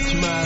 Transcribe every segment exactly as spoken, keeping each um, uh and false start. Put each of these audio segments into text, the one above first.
tu m'as...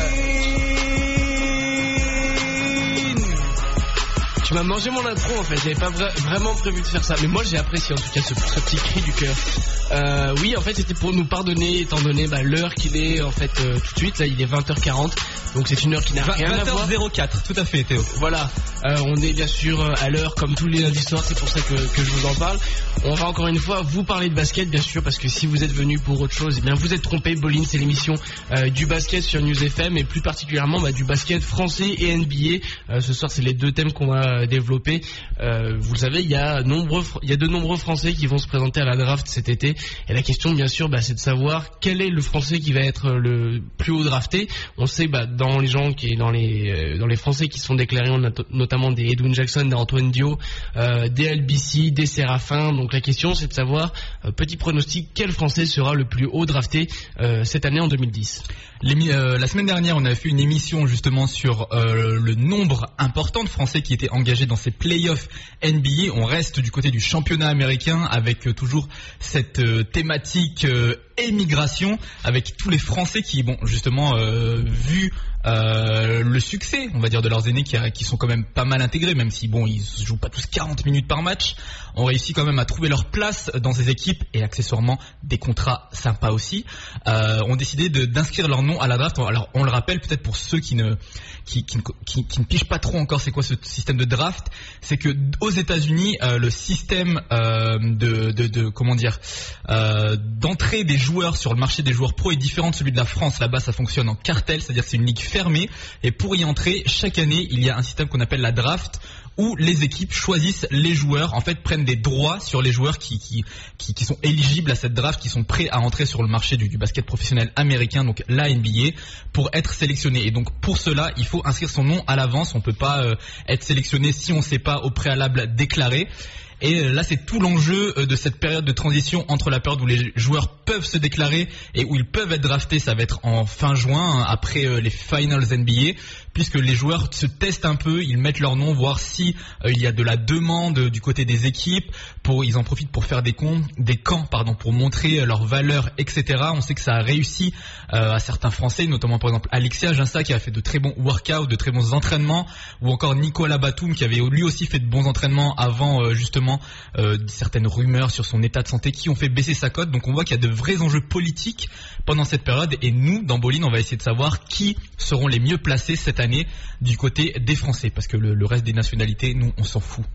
Tu m'as mangé mon intro en fait, j'avais pas vra- vraiment prévu de faire ça, mais moi j'ai apprécié en tout cas ce, ce petit cri du cœur. Euh, oui, en fait c'était pour nous pardonner étant donné bah, l'heure qu'il est en fait euh, tout de suite, là il est vingt heures quarante, donc c'est une heure qui n'a rien à voir. vingt heures zéro quatre, tout à fait Théo. Voilà, euh, on est bien sûr à l'heure comme tous les lundis soirs, c'est pour ça que, que je vous en parle. On va encore une fois vous parler de basket bien sûr, parce que si vous êtes venu pour autre chose, eh bien vous êtes trompé. Bolin, c'est l'émission euh, du basket sur News F M et plus particulièrement bah, du basket français et N B A. Euh, ce soir c'est les deux thèmes qu'on va développer. Euh, vous le savez, il y a nombreux, il y a de nombreux Français qui vont se présenter à la draft cet été. Et la question, bien sûr, bah, c'est de savoir quel est le Français qui va être le plus haut drafté. On sait, bah, dans les gens qui, dans les, euh, dans les Français qui sont déclarés, on a t- notamment des Edwin Jackson, des Antoine Dio, euh, des L B C, des Séraphin. Donc la question, c'est de savoir, euh, petit pronostic, quel Français sera le plus haut drafté euh, cette année en deux mille dix. L'émi- euh, la semaine dernière, on a fait une émission justement sur euh, le nombre important de Français qui étaient engagés dans ces playoffs N B A. On reste du côté du championnat américain avec euh, toujours cette euh, thématique euh, émigration, avec tous les Français qui, bon, justement, euh, vu euh, le succès, on va dire, de leurs aînés qui, qui sont quand même pas mal intégrés, même si, bon, ils jouent pas tous quarante minutes par match, ont réussi quand même à trouver leur place dans ces équipes et accessoirement des contrats sympas aussi, euh, ont décidé de, d'inscrire leur nom à la draft. Alors, on le rappelle peut-être pour ceux qui ne, qui, qui, qui, qui ne pigent pas trop encore c'est quoi ce système de draft, c'est que aux États-Unis, euh, le système euh, de, de, de, comment dire, euh, d'entrée des joueurs sur le marché des joueurs pro est différent de celui de la France. Là-bas, ça fonctionne en cartel, c'est-à-dire c'est une ligue fermée et pour y entrer, chaque année, il y a un système qu'on appelle la draft, où les équipes choisissent les joueurs, en fait prennent des droits sur les joueurs qui, qui, qui, qui sont éligibles à cette draft, qui sont prêts à entrer sur le marché du, du basket professionnel américain, donc la N B A, pour être sélectionnés. Et donc pour cela, il faut inscrire son nom à l'avance, on peut pas euh, être sélectionné si on ne s'est pas au préalable déclaré. Et là, c'est tout l'enjeu de cette période de transition entre la période où les joueurs peuvent se déclarer et où ils peuvent être draftés. Ça va être en fin juin, après les Finals N B A, puisque les joueurs se testent un peu, ils mettent leur nom, voir si euh, il y a de la demande du côté des équipes. Pour, ils en profitent pour faire des, cons, des camps, pardon, pour montrer leurs valeurs, et cetera. On sait que ça a réussi euh, à certains Français, notamment par exemple Alexia Ginsta qui a fait de très bons workouts, de très bons entraînements, ou encore Nicolas Batum qui avait lui aussi fait de bons entraînements avant euh, justement euh, certaines rumeurs sur son état de santé qui ont fait baisser sa cote. Donc on voit qu'il y a de vrais enjeux politiques pendant cette période et nous, dans Bolin, on va essayer de savoir qui seront les mieux placés cette année du côté des Français, parce que le, le reste des nationalités, nous, on s'en fout.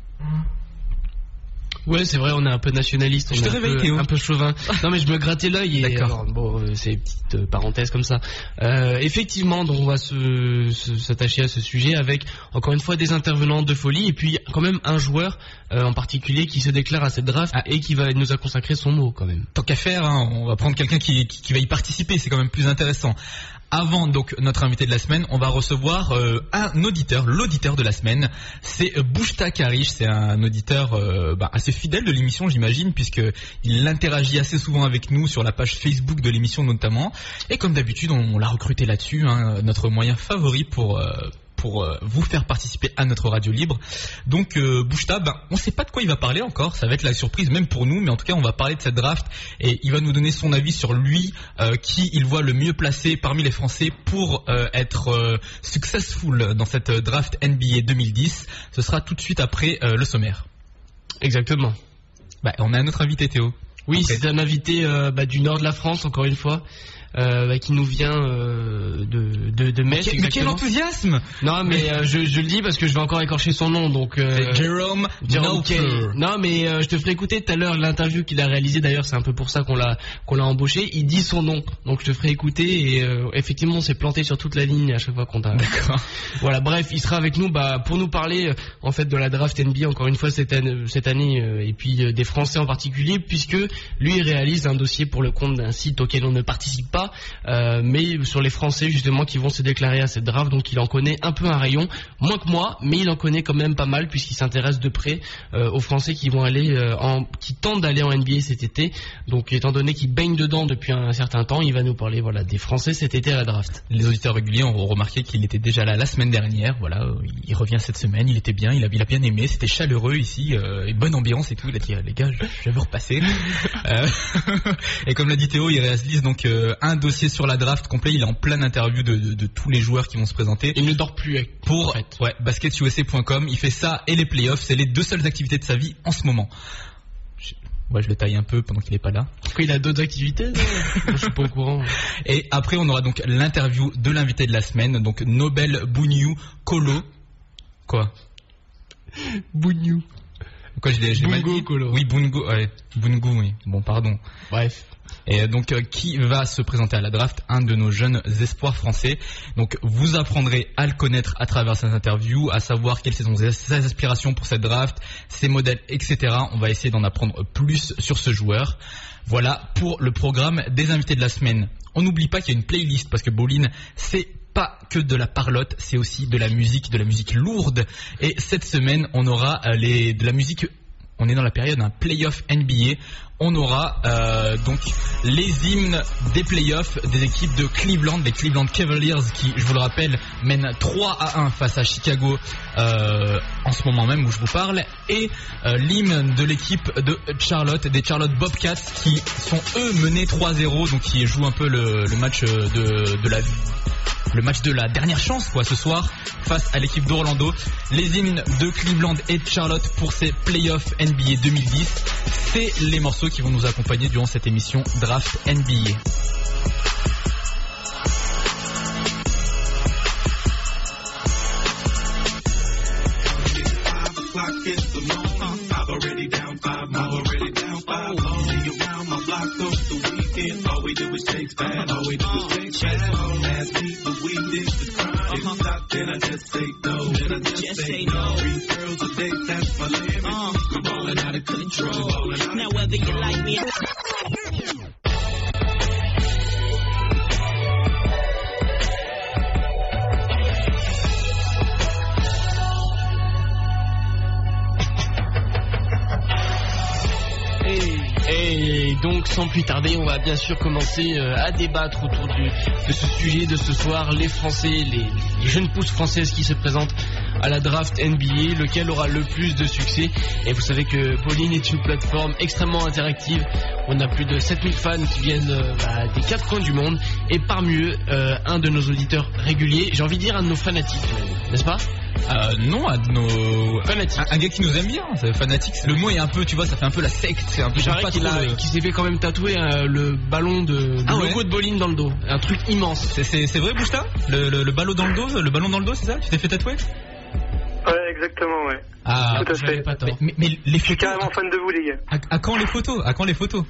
Ouais, c'est vrai, on est un peu nationaliste, on je est te un, réveille, peu, Théo. un peu chauvin. Non mais je me grattais l'œil et D'accord. alors, bon, euh, c'est une petite euh, parenthèse comme ça. Euh, effectivement, donc on va se, se, s'attacher à ce sujet avec encore une fois des intervenants de folie et puis quand même un joueur euh, en particulier qui se déclare à cette draft ah. et qui va nous a consacré son mot quand même. Tant qu'à faire, hein, on va prendre quelqu'un qui, qui, qui va y participer, c'est quand même plus intéressant. Avant donc notre invité de la semaine, on va recevoir euh, un auditeur, l'auditeur de la semaine, c'est euh, Bouchta Karish, c'est un auditeur euh, bah, assez fidèle de l'émission, j'imagine, puisque il interagit assez souvent avec nous sur la page Facebook de l'émission notamment, et comme d'habitude, on, on l'a recruté là-dessus, hein, notre moyen favori pour euh, pour euh, vous faire participer à notre radio libre. Donc euh, Bouchta, ben, on ne sait pas de quoi il va parler encore, ça va être la surprise même pour nous, mais en tout cas on va parler de cette draft et il va nous donner son avis sur lui, euh, qui il voit le mieux placé parmi les Français pour euh, être euh, successful dans cette draft N B A deux mille dix. Ce sera tout de suite après euh, le sommaire. Exactement. Bah, on a un autre invité, Théo. Oui, après. C'est un invité euh, bah, du nord de la France, encore une fois. Euh, bah, qui nous vient euh, de, de, de Metz. Mais quel enthousiasme! Non mais euh, je, je le dis parce que je vais encore écorcher son nom, donc euh, c'est Jérôme Jérôme Kelly. Non mais euh, je te ferai écouter tout à l'heure l'interview qu'il a réalisée, d'ailleurs c'est un peu pour ça qu'on l'a qu'on l'a embauché. Il dit son nom, donc je te ferai écouter et euh, effectivement on s'est planté sur toute la ligne à chaque fois qu'on t'a. D'accord. Voilà, bref, il sera avec nous bah pour nous parler euh, en fait de la draft N B A encore une fois cette année, cette année euh, et puis euh, des Français en particulier, puisque lui il réalise un dossier pour le compte d'un site auquel on ne participe pas. Euh, mais sur les Français justement qui vont se déclarer à cette draft, donc il en connaît un peu un rayon, moins que moi, mais il en connaît quand même pas mal puisqu'il s'intéresse de près euh, aux Français qui vont aller euh, en, qui tentent d'aller en N B A cet été. Donc étant donné qu'il baigne dedans depuis un certain temps, il va nous parler voilà des Français cet été à la draft. Les auditeurs réguliers ont remarqué qu'il était déjà là la semaine dernière. Voilà, il revient cette semaine, il était bien, il a, il a bien aimé, c'était chaleureux ici, euh, et bonne ambiance et tout. Il a dit les gars, je, je vais vous repasser. euh, et comme l'a dit Théo, il réalise donc euh, un dossier sur la draft complet. Il est en pleine interview de, de, de tous les joueurs qui vont se présenter. Il ne dort plus avec, pour en fait. ouais, basket U S A point com. Il fait ça et les playoffs. C'est les deux seules activités de sa vie en ce moment. Je, ouais, je le taille un peu pendant qu'il est pas là. Pourquoi il a d'autres activités? Je suis pas au courant. Et après, on aura donc l'interview de l'invité de la semaine, donc Nobel Bouniou Kolo. Quoi? Bouniou. Quoi, je l'ai, je l'ai mal dit. Kolo. Oui, Bungo, ouais, Bungo, oui. Bon, pardon. Bref. Et donc, euh, qui va se présenter à la draft? Un de nos jeunes espoirs français. Donc, vous apprendrez à le connaître à travers cette interview, à savoir quelles sont ses aspirations pour cette draft, ses modèles, et cetera. On va essayer d'en apprendre plus sur ce joueur. Voilà pour le programme des invités de la semaine. On n'oublie pas qu'il y a une playlist parce que Bolin, c'est pas que de la parlotte, c'est aussi de la musique, de la musique lourde. Et cette semaine, on aura euh, les, de la musique. On est dans la période d'un playoff N B A. On aura euh, donc les hymnes des playoffs des équipes de Cleveland, les Cleveland Cavaliers qui, je vous le rappelle, mènent trois à un face à Chicago euh, en ce moment même où je vous parle, et euh, l'hymne de l'équipe de Charlotte, des Charlotte Bobcats qui sont eux menés trois zéro, donc qui jouent un peu le, le match de, de la le match de la dernière chance quoi ce soir face à l'équipe d'Orlando. Les hymnes de Cleveland et de Charlotte pour ces playoffs N B A deux mille dix, c'est les morceaux qui vont nous accompagner durant cette émission Draft N B A. All we do is chase bad, all we do is chase bad. Last week, but we did the crime. If stop, then I just say no, then I just, just say no. Three girls a day, that's my limit. Uh, We're ballin' out of control. Out now, whether you like me. Et donc sans plus tarder, on va bien sûr commencer euh, à débattre autour du, de ce sujet de ce soir, les Français, les, les jeunes pousses françaises qui se présentent à la draft N B A, lequel aura le plus de succès. Et vous savez que Bolin est une plateforme extrêmement interactive. On a plus de sept mille fans qui viennent euh, bah, des quatre coins du monde, et parmi eux, euh, un de nos auditeurs réguliers, j'ai envie de dire un de nos fanatiques, n'est-ce pas? Euh, non, à nos fanatiques. Un, un gars qui nous aime bien, c'est fanatique. Le mot est un peu, tu vois, ça fait un peu la secte. C'est un peu pas qu'il a, le... qui s'est fait quand même tatouer euh, le ballon de le ah logo ouais. de Bolin dans le dos, un truc immense. C'est, c'est, c'est vrai, Bouchta, le, le, le ballon dans le dos, le ballon dans le dos, c'est ça? Tu t'es fait tatouer? Ouais, exactement, ouais. Ah, tout à fait. Pas tort. Mais, mais, mais les photos. Je suis carrément fan de vous, les gars. À, à quand les photos? À quand les photos?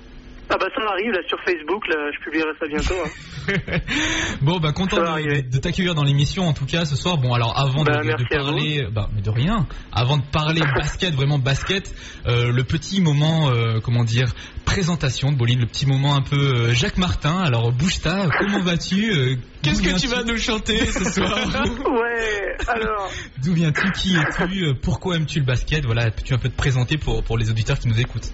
Ah bah ça arrive là sur Facebook, là je publierai ça bientôt. Hein. Bon bah content de, de, de t'accueillir dans l'émission en tout cas ce soir. Bon alors avant bah, de, de, de parler, bah mais de rien, avant de parler basket, vraiment basket, euh, le petit moment, euh, comment dire, présentation de Bolin, le petit moment un peu euh, Jacques Martin. Alors Bouchta, comment vas-tu? euh, Qu'est-ce que tu vas nous chanter ce soir? Ouais, alors. D'où viens-tu? Qui es-tu? Pourquoi aimes-tu le basket? Voilà, peux-tu un peu te présenter pour, pour les auditeurs qui nous écoutent?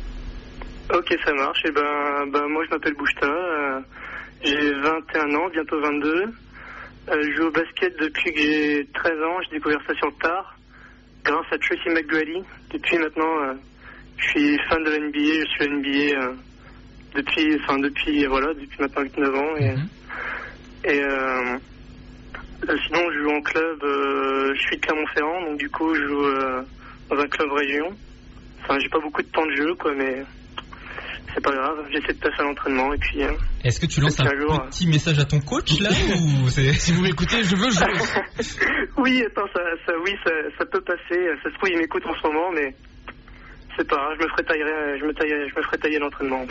Ok, ça marche. Et ben, ben moi je m'appelle Bouchta, euh, j'ai vingt et un ans, bientôt vingt-deux. Euh, je joue au basket depuis que j'ai treize ans, j'ai découvert ça sur le tard, grâce à Tracy McGrady. Depuis maintenant, euh, je suis fan de la N B A, je suis à la N B A euh, depuis, enfin depuis, voilà, depuis maintenant huit neuf ans. Et, mm-hmm. et euh, euh, sinon je joue en club, euh, je suis de Clermont-Ferrand, donc du coup je joue euh, dans un club région. Enfin, j'ai pas beaucoup de temps de jeu, quoi, mais c'est pas grave, j'essaie de passer à l'entraînement et puis... Euh, Est-ce que tu lances un, un jour, petit euh... message à ton coach là ou c'est... Si vous m'écoutez, je veux jouer. Oui, attends, ça, ça, oui, ça, ça peut passer. Ça se trouve, il m'écoute en ce moment, mais c'est pas grave, je me ferai tailler, je me tailler, je me ferai tailler l'entraînement.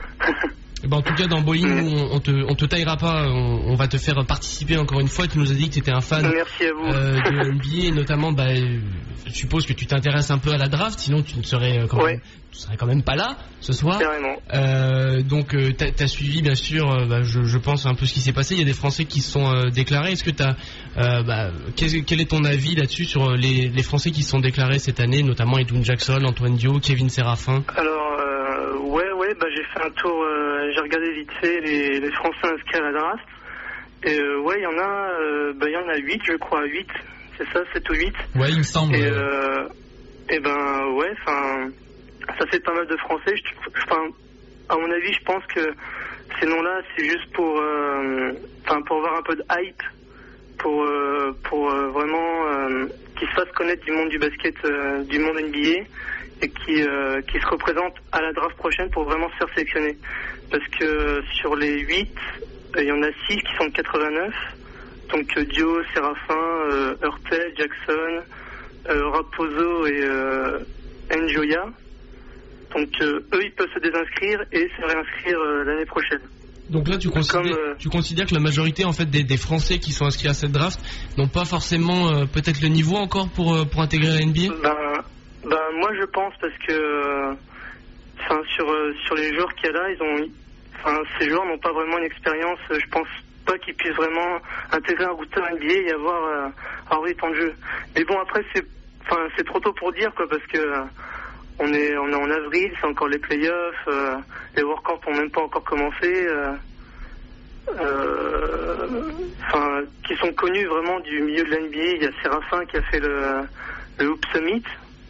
Bah en tout cas dans Bolin mmh. on, on te on te taillera pas, on, on va te faire participer encore une fois. Tu nous as dit que tu étais un fan Merci à vous. Euh, de N B A et notamment bah, je suppose que tu t'intéresses un peu à la draft, sinon tu ne serais quand ouais. même, tu serais quand même pas là ce soir. Carrément. Euh, donc euh, t'as, t'as suivi bien sûr, euh, bah, je, je pense un peu ce qui s'est passé. Il y a des Français qui se sont euh, déclarés. Est-ce que t'as euh, bah, quel, quel est ton avis là-dessus sur les, les Français qui se sont déclarés cette année, notamment Edwin Jackson, Antoine Dio, Kevin Séraphin? Alors euh, ouais ouais bah j'ai fait un tour. Euh... J'ai regardé vite fait les, les Français inscrits à la draft. Et euh, ouais, il y en a, euh, bah, y en a huit, je crois, huit. C'est ça, sept ou huit. Ouais, il me semble. Et, euh, et ben ouais, enfin, ça fait pas mal de Français. Je, enfin, à mon avis, je pense que ces noms-là, c'est juste pour, euh, enfin, pour avoir un peu de hype, pour, euh, pour euh, vraiment euh, qu'ils se fassent connaître du monde du basket, euh, du monde N B A, et qui, euh, qui se représentent à la draft prochaine pour vraiment se faire sélectionner. Parce que sur les huit, il y en a six qui sont de quatre-vingt-neuf. Donc euh, Dio, Séraphin, euh, Hurtel, Jackson, euh, Raposo et euh, Njoya. Donc euh, eux, ils peuvent se désinscrire et se réinscrire euh, l'année prochaine. Donc là, tu considères, Comme, euh, tu considères que la majorité en fait des, des Français qui sont inscrits à cette draft n'ont pas forcément euh, peut-être le niveau encore pour euh, pour intégrer la N B A. Ben, ben moi je pense parce que, enfin sur euh, sur les joueurs qu'il y a là, ils ont, enfin ces joueurs n'ont pas vraiment une expérience. Je pense pas qu'ils puissent vraiment intégrer un routeur N B A et avoir euh, avoir eu tant de jeu. Mais bon après c'est, enfin c'est trop tôt pour dire quoi parce que euh, on est on est en avril, c'est encore les playoffs, euh, les workouts n'ont même pas encore commencé. Euh, euh, enfin qui sont connus vraiment du milieu de la N B A. Il y a Séraphin qui a fait le le Hoop Summit.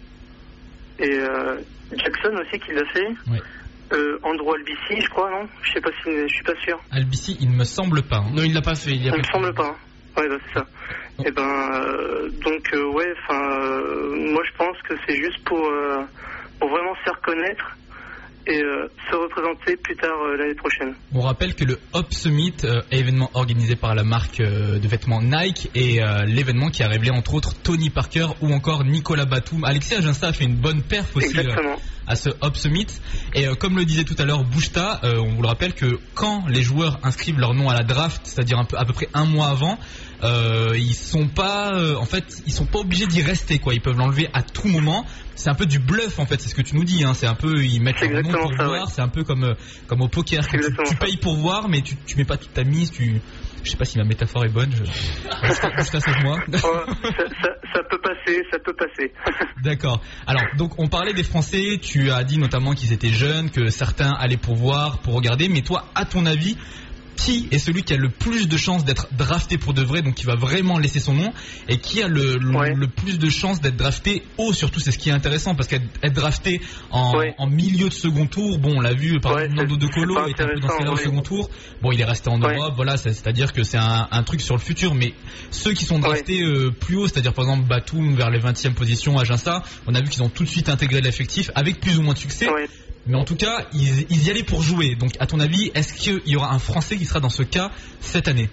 Et euh, Jackson aussi qui l'a fait. Ouais. Euh, Andrew Albici, je crois, non? Je sais pas si, je suis pas sûr. Albici, il ne me semble pas. Hein. Non, il l'a pas fait. Il, il me semble pas. Hein. Ouais, bah, c'est ça. Oh. Et ben, euh, donc euh, ouais, enfin, euh, moi je pense que c'est juste pour euh, pour vraiment se faire connaître et euh, se représenter plus tard euh, l'année prochaine. On rappelle que le Hop Summit, euh, événement organisé par la marque euh, de vêtements Nike, et euh, l'événement qui a révélé entre autres Tony Parker ou encore Nicolas Batum. Alexis Aginsta a fait une bonne perf aussi euh, à ce Hop Summit. Et euh, comme le disait tout à l'heure Bouchta, euh, on vous le rappelle que quand les joueurs inscrivent leur nom à la draft, c'est-à-dire un peu, à peu près un mois avant, euh, ils sont pas, euh, en fait, ils sont pas obligés d'y rester quoi. Ils peuvent l'enlever à tout moment. C'est un peu du bluff en fait, c'est ce que tu nous dis. Hein. C'est un peu, ils mettent leur nom pour ça, voir. Ouais. C'est un peu comme euh, comme au poker. Tu, tu payes pour voir, mais tu tu mets pas toute ta mise. Tu, je sais pas si ma métaphore est bonne. Je... Juste à ce mois. Oh, ça, ça, ça peut passer, ça peut passer. D'accord. Alors donc on parlait des Français. Tu as dit notamment qu'ils étaient jeunes, que certains allaient pour voir, pour regarder. Mais toi, à ton avis, qui est celui qui a le plus de chances d'être drafté pour de vrai, donc qui va vraiment laisser son nom, et qui a le, le, ouais. le plus de chances d'être drafté haut, surtout c'est ce qui est intéressant, parce qu'être drafté en, ouais. en milieu de second tour, bon on l'a vu par exemple, ouais, Nando De Colo est un peu dans le ouais. second tour, bon il est resté en ouais. Europe, voilà, c'est-à-dire que c'est un, un truc sur le futur, mais ceux qui sont draftés ouais. euh, plus haut, c'est-à-dire par exemple Batum vers les vingtième positions, Aginsta, on a vu qu'ils ont tout de suite intégré l'effectif avec plus ou moins de succès. Ouais. Mais en tout cas, ils, ils y allaient pour jouer. Donc, à ton avis, est-ce qu'il y aura un Français qui sera dans ce cas cette année?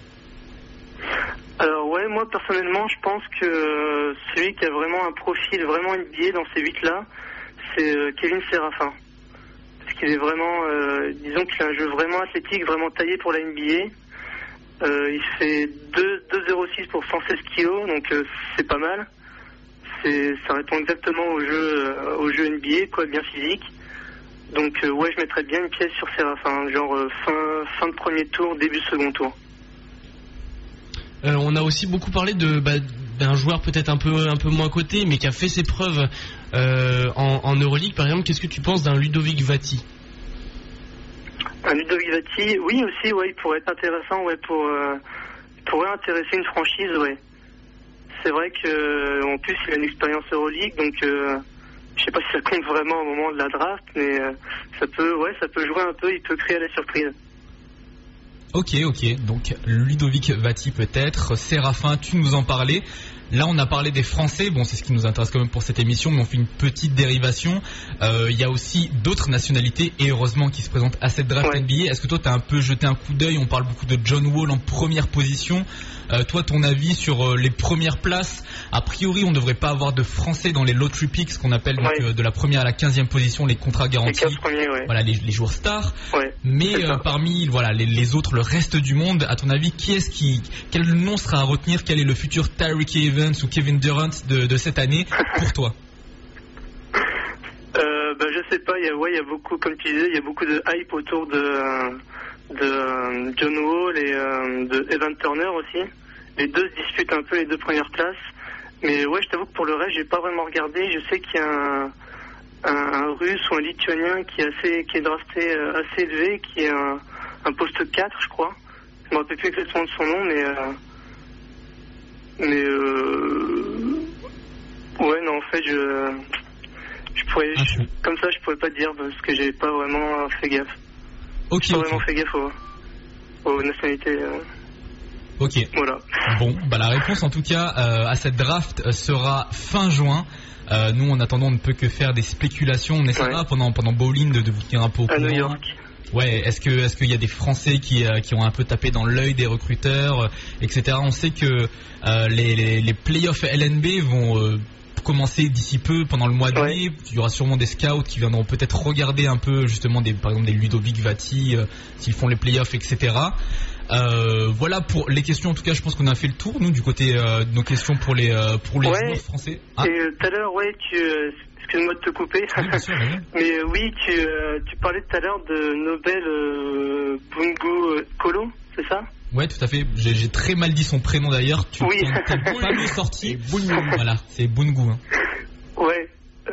Alors ouais, moi personnellement, je pense que celui qui a vraiment un profil vraiment N B A dans ces huit-là, c'est Kevin Séraphin. Parce qu'il est vraiment, euh, disons qu'il a un jeu vraiment athlétique, vraiment taillé pour la N B A. Euh, il fait deux virgule zéro six pour cent seize kilos, donc euh, c'est pas mal. C'est, ça répond exactement au jeu, euh, au jeu N B A, quoi, bien physique. Donc euh, ouais, je mettrais bien une pièce sur Séraphin, genre euh, fin, fin de premier tour, début second tour. Euh, on a aussi beaucoup parlé de bah, d'un joueur peut-être un peu un peu moins coté, mais qui a fait ses preuves euh, en, en Euroleague, par exemple. Qu'est-ce que tu penses d'un Ludovic Vati? Un Ludovic Vati, oui aussi, ouais, il pourrait être intéressant, ouais, pour euh, il pourrait intéresser une franchise, ouais. C'est vrai que en plus il a une expérience Euroleague, donc. Euh, Je sais pas si ça compte vraiment au moment de la draft, mais euh, ça peut, ouais, ça peut jouer un peu, il peut créer la surprise. Ok, ok, donc Ludovic Vati peut-être, Séraphin, tu nous en parlais. Là, on a parlé des Français, bon, c'est ce qui nous intéresse quand même pour cette émission, mais on fait une petite dérivation. Euh, il y a aussi d'autres nationalités, et heureusement, qui se présentent à cette draft ouais. N B A. Est-ce que toi, tu as un peu jeté un coup d'œil? On parle beaucoup de John Wall en première position. Euh, toi, ton avis sur euh, les premières places? A priori, on ne devrait pas avoir de Français dans les lottery picks, ce qu'on appelle donc, ouais. euh, de la première à la quinzième position, les contrats garantis. Les quinze premiers, ouais. Voilà, les, les joueurs stars. Ouais, mais euh, parmi voilà les, les autres, le reste du monde, à ton avis, qui est-ce qui, quel nom sera à retenir? Quel est le futur Tyreke Evans ou Kevin Durant de, de cette année pour toi? euh, bah, je sais pas, il y a, ouais, il y a beaucoup, comme tu disais, il y a beaucoup de hype autour de, de John Wall et euh, de Evan Turner aussi. Les deux se disputent un peu les deux premières places. Mais ouais, je t'avoue que pour le reste, j'ai pas vraiment regardé. Je sais qu'il y a un, un, un Russe ou un Lituanien qui est assez, qui est drafté euh, assez élevé, qui est un, un poste quatre, je crois. Je me rappelle plus exactement de son nom, mais euh, mais euh, ouais, non, en fait, je je pourrais, je, comme ça, je pourrais pas te dire parce que j'ai pas vraiment fait gaffe. Ok. J'ai pas okay. vraiment fait gaffe aux, aux nationalités. Euh... Ok. Voilà. Bon, bah la réponse en tout cas euh, à cette draft sera fin juin. Euh, nous, en attendant, on ne peut que faire des spéculations. On essaiera ouais. pendant pendant Bowling de, de vous tenir un peu au courant. À New York. Ouais, est-ce que est-ce qu'il y a des Français qui euh, qui ont un peu tapé dans l'œil des recruteurs, euh, et cetera. On sait que euh, les, les les playoffs L N B vont euh, commencer d'ici peu pendant le mois de mai. Ouais. Il y aura sûrement des scouts qui viendront peut-être regarder un peu justement des par exemple des Ludovic Vati euh, s'ils font les playoffs, et cetera. Euh, voilà pour les questions. En tout cas, je pense qu'on a fait le tour nous du côté euh, de nos questions pour les euh, pour les ouais. joueurs français. Ah. Et tout à l'heure, ouais, tu euh, excuse-moi de te couper. Oui, bien sûr, oui. Mais euh, oui, tu, euh, tu parlais tout à l'heure de Nobel euh, Bungu Kolo, c'est ça? Ouais, tout à fait. J'ai, j'ai très mal dit son prénom d'ailleurs. Tu oui. t'es pas mieux sorti. Voilà, c'est Bungu. Hein. Ouais.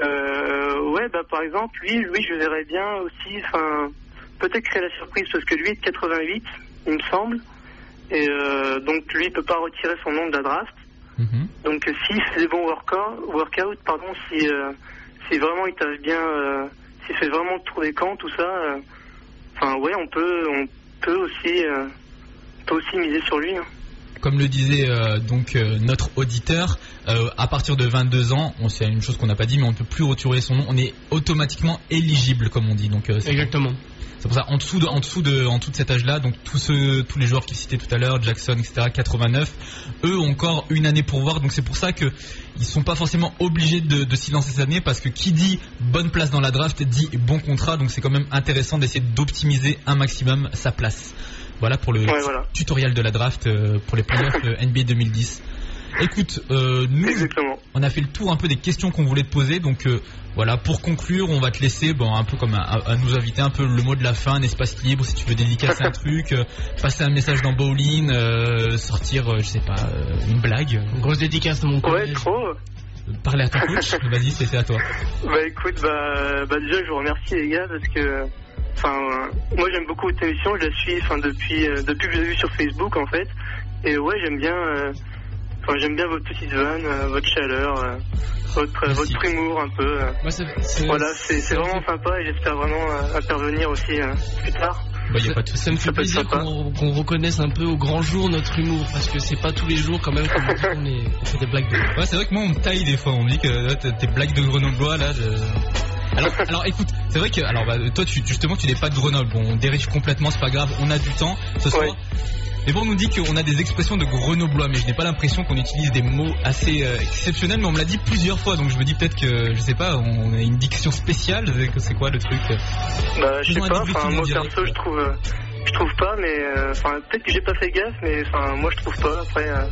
Euh, ouais, bah par exemple, lui, lui, je verrais bien aussi, enfin, peut-être créer la surprise parce que lui est de quatre-vingt-huit, il me semble, et euh, donc lui, il peut pas retirer son nom de la draft. Mm-hmm. Donc s'il fait des bons workouts, workout, pardon, si euh, si vraiment il tâche bien, euh, s'il fait vraiment le tour des camps, tout ça, enfin euh, ouais, on peut, on peut aussi, euh, on peut aussi miser sur lui. Hein. Comme le disait euh, donc euh, notre auditeur, euh, à partir de vingt-deux ans, on c'est une chose qu'on n'a pas dit, mais on ne peut plus retirer son nom, on est automatiquement éligible, comme on dit. Donc euh, c'est exactement. C'est pour ça, en dessous de, en dessous de, en dessous de cet âge-là, donc tous ceux, tous les joueurs qui citaient tout à l'heure, Jackson, et cetera, quatre-vingt-neuf, eux ont encore une année pour voir. Donc c'est pour ça que ils sont pas forcément obligés de, de s'y lancer cette année, parce que qui dit bonne place dans la draft dit bon contrat. Donc c'est quand même intéressant d'essayer d'optimiser un maximum sa place. Voilà pour le ouais, voilà. tutoriel de la draft euh, pour les playoffs euh, N B A deux mille dix. Écoute, euh, nous, exactement. On a fait le tour un peu des questions qu'on voulait te poser, donc euh, voilà, pour conclure, on va te laisser, bon, un peu comme à, à nous inviter un peu le mot de la fin, un espace libre, si tu veux dédicacer un truc, euh, passer un message dans Bowling, euh, sortir, euh, je sais pas, euh, une blague. Une grosse dédicace dans mon collège. Ouais, trop. Parler à ton coach, vas-y, c'est, c'est à toi. Bah écoute, bah, bah déjà je vous remercie les gars, parce que, enfin, euh, moi j'aime beaucoup votre émission, je la suis, enfin depuis, euh, depuis que je l'ai vue sur Facebook en fait, et ouais j'aime bien. Euh, Enfin, j'aime bien votre petite vanne, euh, votre chaleur, euh, votre, votre humour un peu. Euh. Moi, c'est, c'est, voilà, c'est, c'est vraiment fait... sympa et j'espère vraiment euh, intervenir aussi euh, plus tard. Bah, y a pas de... Ça me fait ça plaisir qu'on, qu'on reconnaisse un peu au grand jour notre humour, parce que c'est pas tous les jours quand même qu'on dit qu'on, est, qu'on fait des blagues de... Ouais, c'est vrai que moi on me taille des fois, on me dit que là, tes blagues de grenoblois là... De... Alors, alors écoute, c'est vrai que alors bah, toi tu, justement tu n'es pas de Grenoble, bon, on dérive complètement, c'est pas grave, on a du temps ce soir. Ouais. Mais bon, on nous dit qu'on a des expressions de grenoblois, mais je n'ai pas l'impression qu'on utilise des mots assez euh, exceptionnels, mais on me l'a dit plusieurs fois, donc je me dis peut-être que, je sais pas, on a une diction spéciale, c'est quoi le truc? Bah, je sais pas, enfin, moi perso, je trouve, euh, je trouve pas, mais, enfin, euh, peut-être que j'ai pas fait gaffe, mais, enfin, moi je trouve pas, après, euh...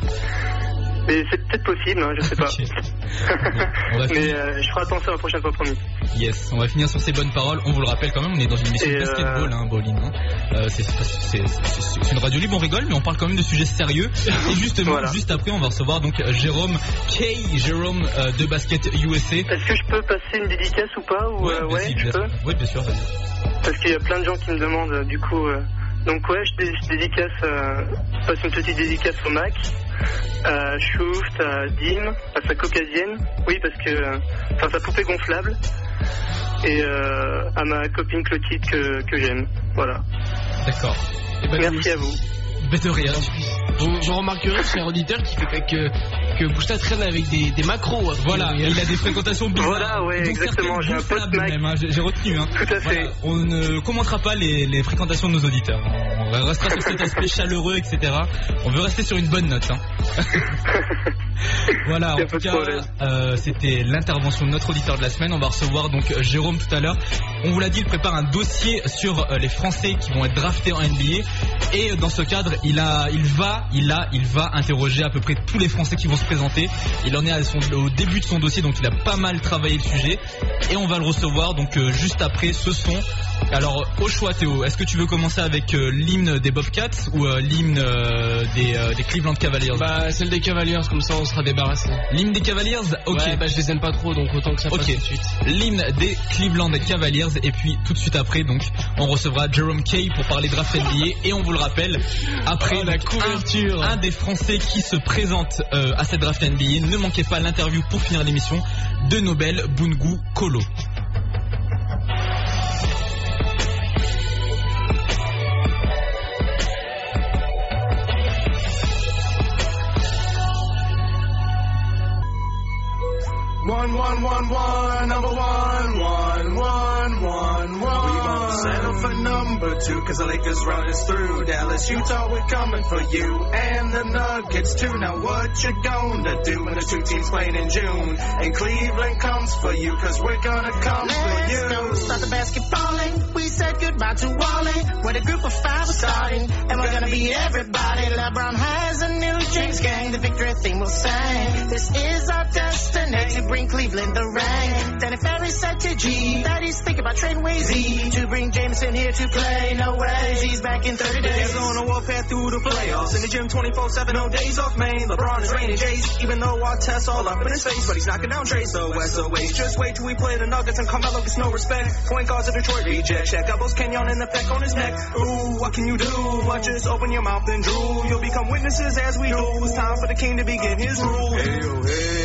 mais c'est peut-être possible, hein, je sais pas. Okay. Bon, mais euh, je ferai attention la prochaine fois, promis. Yes, on va finir sur ces bonnes paroles. On vous le rappelle quand même, on est dans une émission de basketball, euh... hein, Bowling. Hein. Euh, c'est, c'est, c'est, c'est une radio libre, on rigole, mais on parle quand même de sujets sérieux. Et justement, voilà. Juste après, on va recevoir donc Jérôme Kay, Jérôme euh, de Basket U S A. Est-ce que je peux passer une dédicace ou pas ou, ouais, euh, ouais, si, je peux. Oui, bien sûr. Vas-y. Parce qu'il y a plein de gens qui me demandent, du coup. Euh... Donc ouais, je, dé- je dédicace, euh, je passe une petite dédicace au Mac, à Schouft, à Dim, à sa caucasienne, oui parce que, enfin sa poupée gonflable, et euh, à ma copine Clotilde que, que j'aime, voilà. D'accord. Et ben, merci à vous. Mais de rien. Je, je remarquerai, cher auditeur, qui fait que, que Bouchta traîne avec des, des macros. Après. Voilà, il a des fréquentations bizarres. Voilà, ouais, donc, exactement, j'ai un pote Mac. Même, hein, j'ai, j'ai retenu. Hein. Tout à fait. Voilà, on ne commentera pas les, les fréquentations de nos auditeurs. On restera sur cet aspect chaleureux, et cetera. On veut rester sur une bonne note. Hein. Voilà, en tout cas, euh, c'était l'intervention de notre auditeur de la semaine. On va recevoir donc Jérôme tout à l'heure. On vous l'a dit, il prépare un dossier sur euh, les Français qui vont être draftés en N B A. Et dans ce cadre, il a, il va, il a, il va interroger à peu près tous les Français qui vont se présenter. Il en est à son, au début de son dossier, donc il a pas mal travaillé le sujet. Et on va le recevoir donc euh, juste après ce son. Alors, au choix, Théo, est-ce que tu veux commencer avec euh, l'hymne des Bobcats ou euh, l'hymne euh, des, euh, des Cleveland Cavaliers? Bah, celle des Cavaliers, comme ça on sera débarrassé. L'hymne des Cavaliers? Ok. Ouais, bah je les aime pas trop, donc autant que ça passe okay. tout de suite. L'hymne des Cleveland Cavaliers, et puis tout de suite après, donc, on recevra Jérôme Kay pour parler draft N B A, et on vous le rappelle, après oh, la couverture. Un, un des Français qui se présente euh, à cette cette draft N B A. Ne manquez pas l'interview pour finir l'émission de Nobel Bungu Kolo. One, one, one, one, number one, one, one, one, one. We won't settle for number two, cause the Lakers run us through. Dallas, Utah, we're coming for you. And the Nuggets too. Now what you gonna do when the two teams playing in June? And Cleveland comes for you, cause we're gonna come Let's for you. go start the basketballing. We said goodbye to Wally. Where the group of five are starting. And we're gonna beat everybody. LeBron has a new James gang. The victory theme will sing. This is our destiny to bring Cleveland the ring. Danny Ferry said to G that he's thinking about trading Wayzy to bring Jameson here to play. No way, he's back in thirty days. He's on a warpath through the playoffs. In the gym twenty-four seven, no days off, man. LeBron is raining Jays. Even though our tests all up in his face, but he's knocking down Trace. So S O H. Just wait till we play the Nuggets and Carmelo gets no respect. Point guards of Detroit reject. Check out those Kenyon and the peck on his neck. Ooh, what can you do? But just open your mouth and drool. You'll become witnesses as we do. It's time for the king to begin his rule. Hey, oh,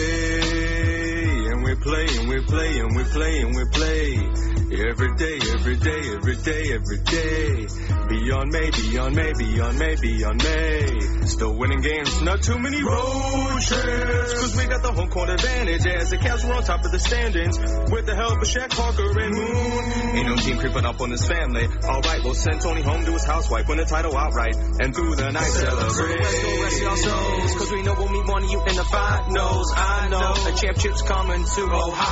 hey. And we play, and we play, and we play, and we play. Every day, every day, every day, every day. Beyond May, beyond May, beyond May, beyond May. Still winning games, not too many road trips. Cause we got the home court advantage as the Cavs were on top of the standings. With the help of Shaq, Parker, and Moon. Ain't no team creeping up on his family. Alright, we'll send Tony home to his housewife, win the title outright. And through the night celebrate. West Coast, rest your souls. Cause we know we'll meet one of you in the finals. I know the championship's coming to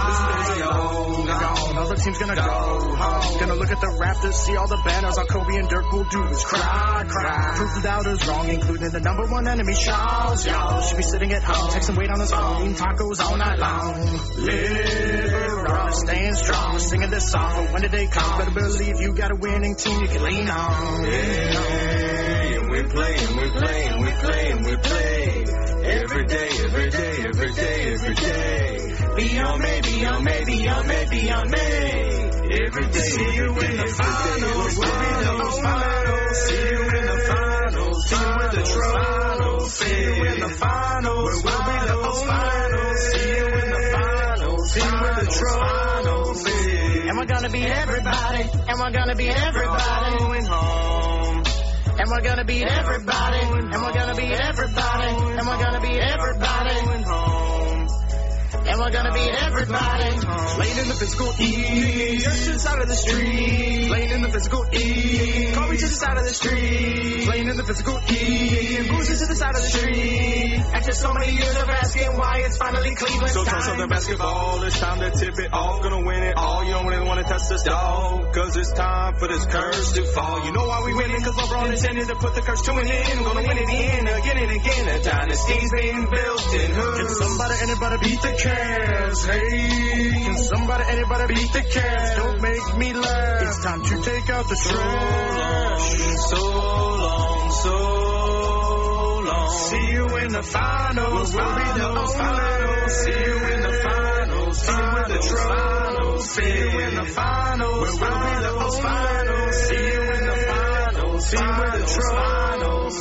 Ohio. Gone. Other teams gonna go home. Gonna look at the Raptors, see all the banners. All Kobe and Dirk will do is cry, cry. Prove the doubters wrong, including the number one enemy, Charles. Y'all should be sitting at home, texting weight on his phone, tacos all night long. Liberal, staying strong, singing this song for when the day comes. Better believe you got a winning team you can lean on. Hey, and we play, and we play, and we play, and we play. Every day, every day, every day, every day. Beyond May, beyond May, beyond May, beyond May. Every day, see you in the finals, we'll be the finals. See you in the finals, see you in the finals. See you in the finals, we'll be the finals. See you in the finals, see you in the finals. And we're gonna beat everybody, and we're gonna beat everybody. Going home. And we're gonna beat everybody, and we're gonna beat everybody, and we're gonna beat everybody. Going home. And we're gonna beat everybody. Playing in the physical E. Just to the side of the street. Playing in the physical E. Call me to the side of the street. Playing in the physical E. And Boozy to the side of the street. After so many years of asking why, it's finally Cleveland's So time. tell something basketball, it's time to tip it off. Gonna win it all, you don't really wanna touch this dog. Cause it's time for this curse to fall. You know why we winning? Cause LeBron intended to put the curse to an end. Gonna win it again, again and again. A dynasty's being built in hood. Can somebody, anybody beat the Cavs? Hey, can somebody, anybody beat the Cavs? Don't make me laugh. It's time to take out the trash. So long, so long. See you in the finals. We'll be the finals. See you in the finals. See you in the finals. See you in the finals. We'll be the finals. See you in the finals. See you in the finals.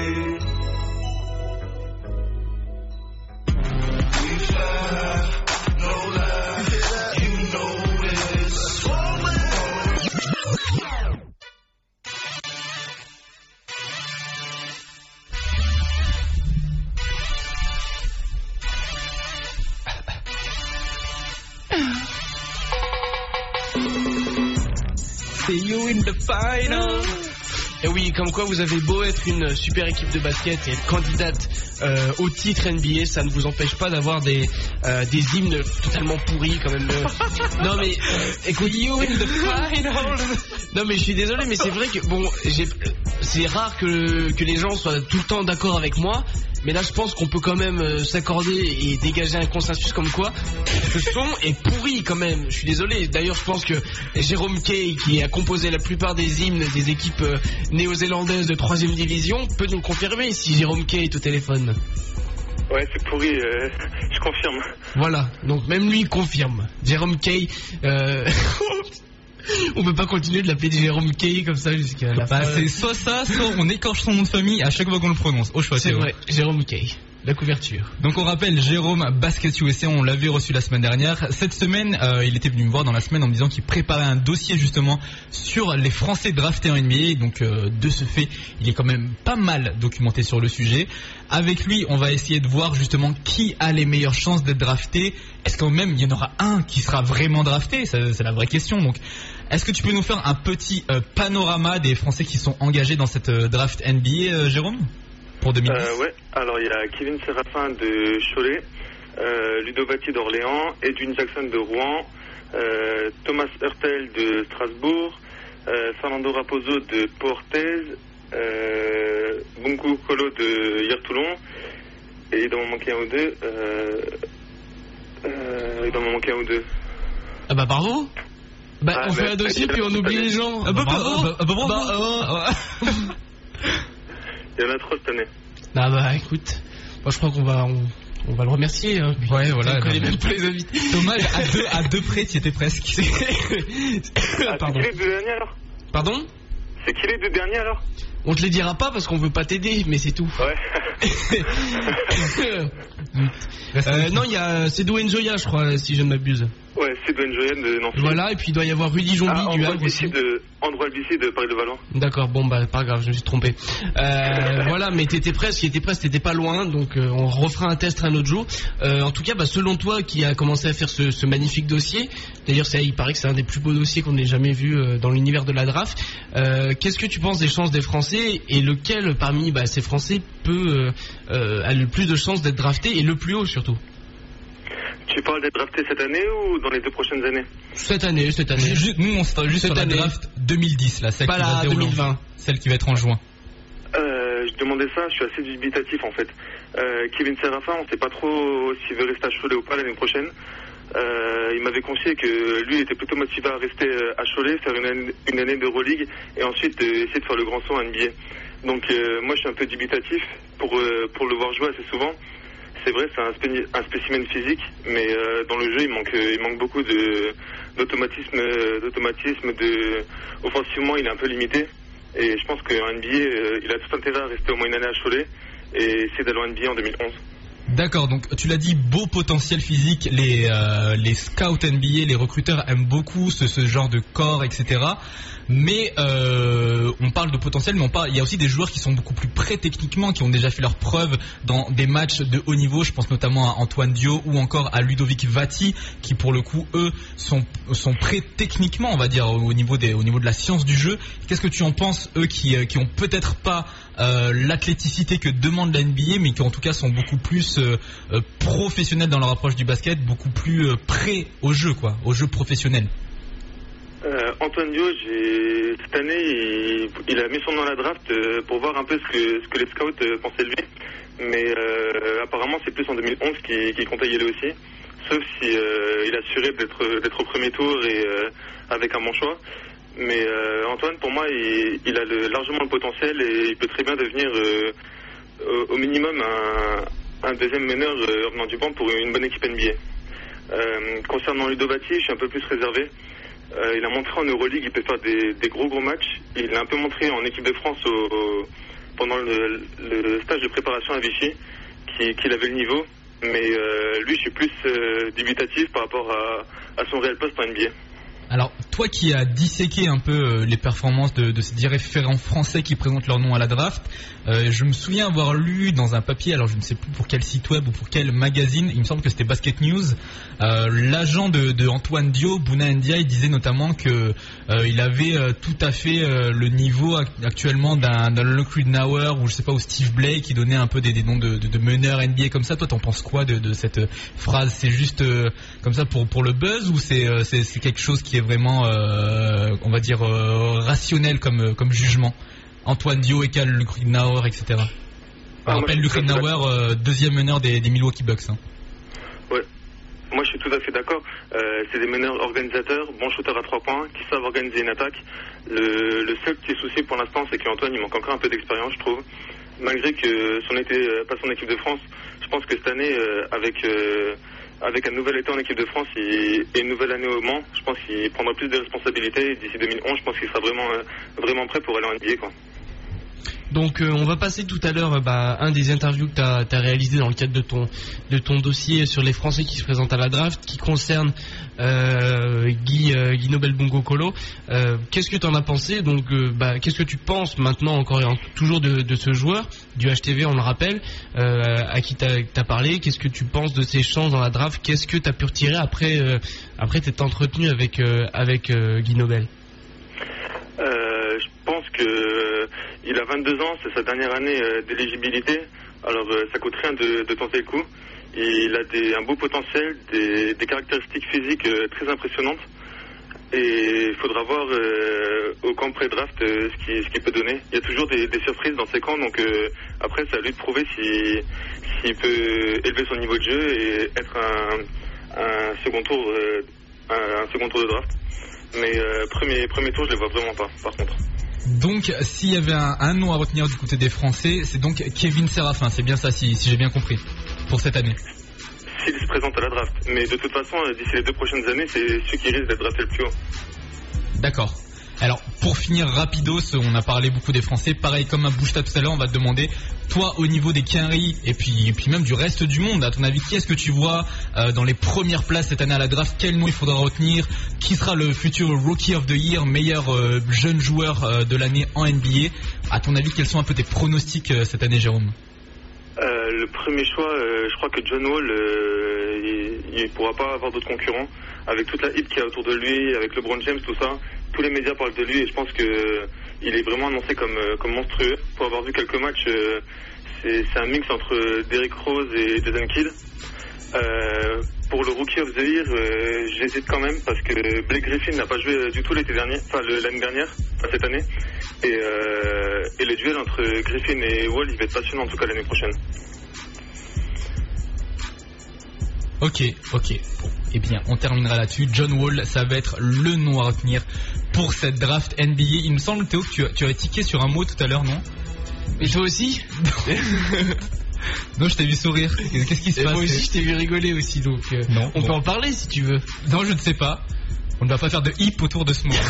We fly, no lie, you know it's swollen. See you in the final. Et oui, comme quoi vous avez beau être une super équipe de basket et être candidate euh, au titre N B A, ça ne vous empêche pas d'avoir des euh, des hymnes totalement pourris quand même. Non mais euh, écoute, you in the final. Non mais je suis désolé, mais c'est vrai que bon, j'ai, c'est rare que que les gens soient tout le temps d'accord avec moi. Mais là, je pense qu'on peut quand même euh, s'accorder et dégager un consensus comme quoi ce son est pourri quand même. Je suis désolé. D'ailleurs, je pense que Jérôme Kay, qui a composé la plupart des hymnes des équipes euh, néo-zélandaises de troisième division, peut nous le confirmer si Jérôme Kay est au téléphone. Ouais, c'est pourri, euh, je confirme. Voilà. Donc même lui confirme. Jérôme Kay. Euh... On peut pas continuer de l'appeler Jérôme Kay comme ça jusqu'à la bah, fin. C'est soit ça, soit on écorche son nom de famille à chaque fois qu'on le prononce. Au choix. C'est vrai, Jérôme Kay. la couverture. Donc on rappelle Jérôme Basket U S A, on l'avait reçu la semaine dernière. Cette semaine, euh, il était venu me voir dans la semaine en me disant qu'il préparait un dossier justement sur les Français draftés en N B A. Donc euh, de ce fait, il est quand même pas mal documenté sur le sujet. Avec lui, on va essayer de voir justement qui a les meilleures chances d'être drafté. Est-ce quand même il y en aura un qui sera vraiment drafté? Ça, c'est la vraie question. Donc est-ce que tu peux nous faire un petit euh, panorama des Français qui sont engagés dans cette euh, draft N B A, euh, Jérôme, pour deux mille dix? euh, Ouais, alors il y a Kevin Séraphin de Cholet, euh, Ludo Batti d'Orléans, Edwin Jackson de Rouen, euh, Thomas Hurtel de Strasbourg, euh, Fernando Raposo de Portez, euh, Bunku Kolo de Hier-Toulon, et il doit m'en manquer un ou deux. Euh, euh, il doit m'en manquer un ou deux. Ah bah bravo. Bah Ah, on fait mais- un dossier mais- puis on oublie les gens. Ah bah bravo. bravo. Ah bah bravo. Bah, euh, Il y en a trop cette année. Ah bah écoute, moi je crois qu'on va on, on va le remercier. Hein. Ouais, voilà. On connaît non, même pas les invités. Dommage, à deux, à deux près, tu y étais presque. Ah, Pardon. c'est qui les deux derniers alors Pardon? C'est qui les deux derniers alors On te les dira pas parce qu'on veut pas t'aider, mais c'est tout. Ouais. Euh, non, il y a c'est Dwayne Joya, je crois, si je ne m'abuse. Ouais, c'est Dwayne Joyen de Nancy. Voilà, et puis il doit y avoir Rudy Jombi Ah, du Andrew Havre aussi. Albici de, Andrew Albici de Paris de Valois. D'accord, bon bah pas grave, je me suis trompé. Euh, voilà, mais t'étais presque, t'étais presque, t'étais pas loin, donc euh, on refera un test un autre jour. Euh, en tout cas, bah, selon toi, qui a commencé à faire ce, ce magnifique dossier, d'ailleurs, ça, il paraît que c'est un des plus beaux dossiers qu'on ait jamais vu euh, dans l'univers de la draft. Euh, qu'est-ce que tu penses des chances des Français et lequel parmi bah, ces Français peut euh, euh, a le plus de chances d'être drafté et le plus haut surtout? Tu parles d'être drafté cette année ou dans les deux prochaines années? Cette année, cette année. Ju- Nous, on sera juste Cette sur la année. draft deux mille dix, là, celle Pas qui va la se dérouler en deux mille vingt. juin. Celle qui va être en juin. Euh, je demandais ça, je suis assez dubitatif en fait. Euh, Kevin Séraphin, on sait pas trop s'il veut rester à Cholet ou pas l'année prochaine. Euh, il m'avait confié que lui il était plutôt motivé à rester euh, à Cholet, faire une année, une année d'Euroleague et ensuite euh, essayer de faire le grand saut en N B A. Donc euh, moi je suis un peu dubitatif pour, euh, pour le voir jouer assez souvent. C'est vrai, c'est un, spé- un spécimen physique, mais euh, dans le jeu il manque, il manque beaucoup de, d'automatisme, euh, d'automatisme de... Offensivement il est un peu limité. Et je pense qu'en N B A, euh, il a tout intérêt à rester au moins une année à Cholet et essayer d'aller en N B A en deux mille onze. D'accord, donc tu l'as dit, beau potentiel physique, les, euh, les scouts N B A, les recruteurs aiment beaucoup ce, ce genre de corps, et cetera. Mais euh, on parle de potentiel, mais on parle, il y a aussi des joueurs qui sont beaucoup plus prêts techniquement, qui ont déjà fait leurs preuves dans des matchs de haut niveau. Je pense notamment à Antoine Dio ou encore à Ludovic Vatti, qui pour le coup, eux, sont, sont prêts techniquement, on va dire, au niveau, des, au niveau de la science du jeu. Qu'est-ce que tu en penses, eux, qui, qui ont peut-être pas euh, l'athléticité que demande la N B A, mais qui en tout cas sont beaucoup plus euh, euh, professionnels dans leur approche du basket, beaucoup plus euh, prêts au jeu, quoi, au jeu professionnel? Euh, Antoine Dio, j'ai... cette année, il... il a mis son nom à la draft euh, pour voir un peu ce que, ce que les scouts euh, pensaient de lui. Mais euh, apparemment, c'est plus en deux mille onze qu'il, qu'il comptait y aller aussi. Sauf si euh, il assurait d'être, d'être au premier tour et euh, avec un bon choix. Mais euh, Antoine, pour moi, il, il a le, largement le potentiel et il peut très bien devenir euh, au, au minimum un, un deuxième meneur euh, revenant du banc pour une bonne équipe N B A. Euh, concernant Ludo Batti, je suis un peu plus réservé. Euh, il a montré en Euroleague, il peut faire des, des gros gros matchs. Il l'a un peu montré en équipe de France au, au, pendant le, le stage de préparation à Vichy, qui, qu'il avait le niveau. Mais euh, lui, je suis plus euh, dubitatif par rapport à, à son réel poste en N B A. Alors, toi qui as disséqué un peu euh, les performances de, de ces dix référents français qui présentent leur nom à la draft, euh, je me souviens avoir lu dans un papier, alors je ne sais plus pour quel site web ou pour quel magazine, il me semble que c'était Basket News, euh, l'agent de, de Antoine Dio, Bouna Ndiaye, disait notamment que euh, il avait euh, tout à fait euh, le niveau actuellement d'un, d'un Luke Ridnour ou je sais pas, ou Steve Blake, qui donnait un peu des, des noms de, de, de meneurs N B A comme ça. Toi, t'en penses quoi de, de cette phrase? C'est juste euh, comme ça pour, pour le buzz ou c'est, euh, c'est, c'est quelque chose qui est vraiment, euh, on va dire, euh, rationnel comme, comme jugement? Antoine Dio égale Luke Ridnour, et cetera. On Ah, rappelle Luke Ridnour, euh, deuxième meneur des, des Milwaukee Bucks. Hein. Ouais. Moi, je suis tout à fait d'accord. Euh, c'est des meneurs organisateurs, bons shooters à trois points, qui savent organiser une attaque. Le, le seul petit souci pour l'instant, c'est qu'Antoine, il manque encore un peu d'expérience, je trouve. Malgré que son été passe en équipe de France, je pense que cette année, euh, avec euh, avec un nouvel été en équipe de France il, et une nouvelle année au Mans, je pense qu'il prendra plus de responsabilités. D'ici deux mille onze, je pense qu'il sera vraiment euh, vraiment prêt pour aller en N B A, quoi. Donc euh, on va passer tout à l'heure euh, bah, un des interviews que tu as réalisé dans le cadre de ton, de ton dossier sur les Français qui se présentent à la draft, qui concerne euh, Guy, euh, Guy Nobel Bongo Colo. Euh, qu'est-ce que tu en as pensé? Donc euh, bah, qu'est-ce que tu penses maintenant encore et en, toujours de, de ce joueur du H T V, on le rappelle, euh, à qui tu as parlé? Qu'est-ce que tu penses de ses chances dans la draft? Qu'est-ce que tu as pu retirer après, euh, après t'être entretenu avec, euh, avec euh, Guy Nobel? Euh, je pense que euh, il a vingt-deux ans, c'est sa dernière année euh, d'éligibilité. Alors euh, ça coûte rien de, de tenter le coup. Il a des, un beau potentiel, des, des caractéristiques physiques euh, très impressionnantes. Et il faudra voir euh, au camp pré-draft euh, ce qu'il ce qu'il peut donner. Il y a toujours des, des surprises dans ces camps, donc euh, après c'est à lui de prouver si, s'il peut élever son niveau de jeu et être un, un second tour, euh, un, un second tour de draft. Mais euh, premier, premier tour, je les vois vraiment pas, par contre. Donc, s'il y avait un, un nom à retenir du côté des Français, c'est donc Kevin Séraphin, c'est bien ça, si, si j'ai bien compris, pour cette année. S'il se présente à la draft. Mais de toute façon, d'ici les deux prochaines années, c'est celui qui risque d'être drafté le plus haut. D'accord. Alors, pour finir rapidos, on a parlé beaucoup des Français. Pareil, comme à Bouchta tout à l'heure, on va te demander, toi, au niveau des Quinry et puis, et puis même du reste du monde, à ton avis, qui est-ce que tu vois euh, dans les premières places cette année à la draft? Quel nom il faudra retenir? Qui sera le futur Rookie of the Year, meilleur euh, jeune joueur euh, de l'année en N B A? À ton avis, quels sont un peu tes pronostics euh, cette année, Jérôme? Euh, le premier choix, euh, je crois que John Wall, euh, il ne pourra pas avoir d'autres concurrents. Avec toute la hype qu'il y a autour de lui, avec LeBron James, tout ça, tous les médias parlent de lui et je pense que euh, il est vraiment annoncé comme, euh, comme monstrueux. Pour avoir vu quelques matchs, euh, c'est, c'est un mix entre Derrick Rose et Jason Kidd. Euh, pour le Rookie of the Year, euh, j'hésite quand même parce que Blake Griffin n'a pas joué euh, du tout l'été dernier, enfin le, l'année dernière, enfin cette année. Et, euh, et le duel entre Griffin et Wall, il va être passionnant en tout cas l'année prochaine. Ok, ok. Bon, eh bien, on terminera là-dessus. John Wall, ça va être le nom à retenir pour cette draft N B A. Il me semble, Théo, que tu, tu avais tiqué sur un mot tout à l'heure, non? Et toi aussi? Non, je t'ai vu sourire. Qu'est-ce qui se et passe? Moi aussi, je t'ai vu rigoler aussi, donc euh, non, on bon. peut en parler si tu veux. Non, je ne sais pas. On ne va pas faire de hip autour de ce mot.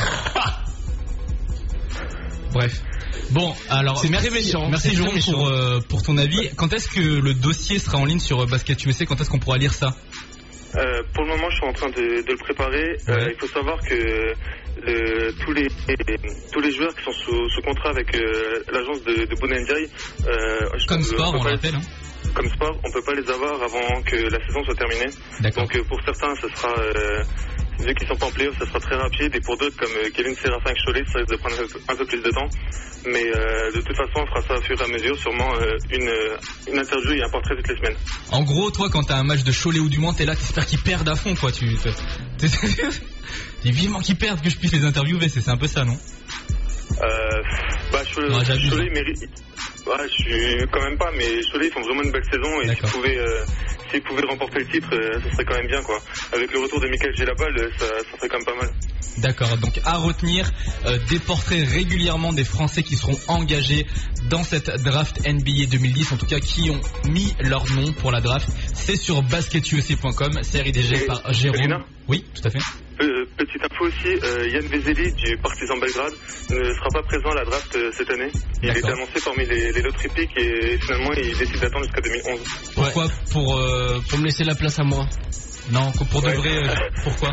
Bref. Bon, alors c'est merci, très méchant. merci c'est Jérôme pour, euh, pour ton avis. Quand est-ce que le dossier sera en ligne sur Basket U S A? Quand est-ce qu'on pourra lire ça? euh, Pour le moment, je suis en train de, de le préparer. Ouais. Euh, il faut savoir que le, tous, les, tous les joueurs qui sont sous, sous contrat avec euh, l'agence de, de Boone N J, euh, comme sport, on, on l'appelle. Hein. Comme sport, on peut pas les avoir avant que la saison soit terminée. D'accord. Donc euh, pour certains, ce sera euh, ceux qui sont pas en playoff, ça sera très rapide, et pour d'autres comme euh, Kevin Séraphin et Cholet, ça risque de prendre un peu plus de temps. Mais euh, de toute façon, on fera ça au fur et à mesure, sûrement euh, une, une interview et un portrait toutes les semaines. En gros, toi, quand t'as un match de Cholet ou du Mans, t'es là, t'espères qu'ils perdent à fond, quoi. Tu, t'es, t'es vivement qu'ils perdent, que je puisse les interviewer, c'est, c'est un peu ça, non? Euh, bah Cholet, non, Cholet mérite. Ouais, je suis quand même pas, mais Cholet, ils font vraiment une belle saison et s'ils pouvaient, euh, s'ils pouvaient remporter le titre, euh, ça serait quand même bien, quoi. Avec le retour de Michael Gelabal, ça, ça serait quand même pas mal. D'accord, donc à retenir, euh, des portraits régulièrement des Français qui seront engagés dans cette draft N B A deux mille dix, en tout cas qui ont mis leur nom pour la draft. C'est sur basket U S A point com, c'est rédigé et par Jérôme. Elina, oui, tout à fait. Euh, petite info aussi, euh, Yann Vezeli du Partizan Belgrade ne sera pas présent à la draft euh, cette année. Il est annoncé parmi les, les lottery picks et finalement il décide d'attendre jusqu'à deux mille onze. Pourquoi? Ouais. Pour, euh, pour me laisser la place à moi. Non, pour de ouais. vrai, euh, pourquoi?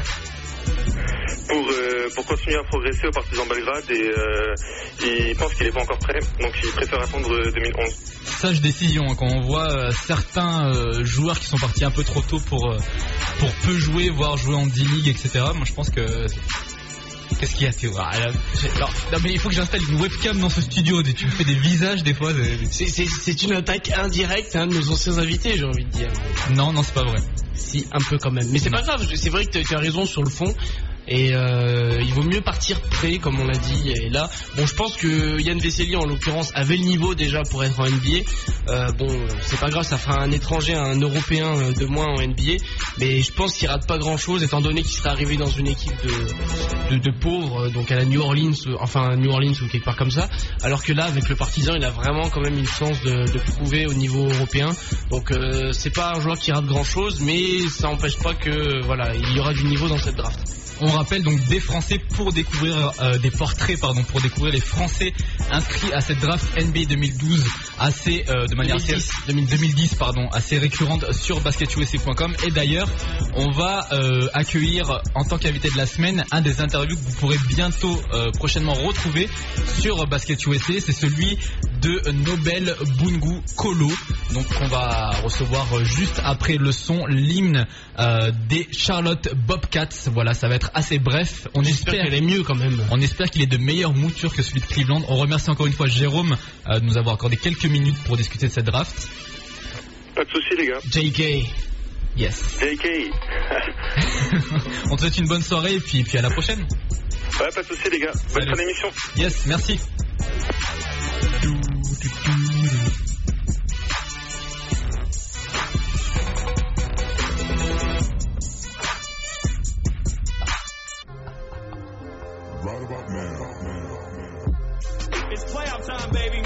Pour, euh, pour continuer à progresser au Partizan Belgrade et euh, il pense qu'il n'est pas encore prêt, donc il préfère attendre deux mille onze. Sage décision, hein, quand on voit euh, certains euh, joueurs qui sont partis un peu trop tôt pour, euh, pour peu jouer, voire jouer en D-League, et cetera. Moi je pense que... Qu'est-ce qu'il y a, Théo? Ah, là, non, non mais il faut que j'installe une webcam dans ce studio, tu me fais des visages des fois. C'est, c'est, c'est une attaque indirecte hein, de nos anciens invités, j'ai envie de dire. Non, non, c'est pas vrai. Si, un peu quand même. Mais c'est non. Pas grave, c'est vrai que tu as raison sur le fond. Et euh, il vaut mieux partir prêt, comme on l'a dit. Et là, bon, je pense que Yann Vezeli, en l'occurrence, avait le niveau déjà pour être en N B A. Euh, bon, c'est pas grave, ça fera un étranger, un Européen de moins en N B A. Mais je pense qu'il rate pas grand-chose, étant donné qu'il serait arrivé dans une équipe de, de, de pauvres, donc à la New Orleans, enfin à New Orleans ou quelque part comme ça. Alors que là, avec le Partizan, il a vraiment quand même une chance de, de prouver au niveau européen. Donc euh, c'est pas un joueur qui rate grand-chose, mais ça n'empêche pas que voilà, il y aura du niveau dans cette draft. On rappelle donc des Français pour découvrir euh, des portraits, pardon, pour découvrir les Français inscrits à cette draft N B A deux mille douze assez euh, de manière deux mille dix. assez, deux mille dix pardon, assez récurrente sur basket u s a point com. Et d'ailleurs, on va euh, accueillir en tant qu'invité de la semaine un des interviews que vous pourrez bientôt euh, prochainement retrouver sur Basket U S A. C'est celui de Nobel Bungu Kolo, donc on va recevoir juste après le son l'hymne euh, des Charlotte Bobcats. Voilà, ça va être assez bref. On J'espère espère qu'elle est mieux quand même. On espère qu'il est de meilleure mouture que celui de Cleveland. On remercie encore une fois Jérôme euh, de nous avoir accordé quelques minutes pour discuter de cette draft. Pas de soucis, les gars. J K. Yes. J K. On te souhaite une bonne soirée et puis, puis à la prochaine. Ouais, pas de soucis, les gars. Bonne Salut. fin d'émission. Yes, merci. Right about now. It's playoff time, baby.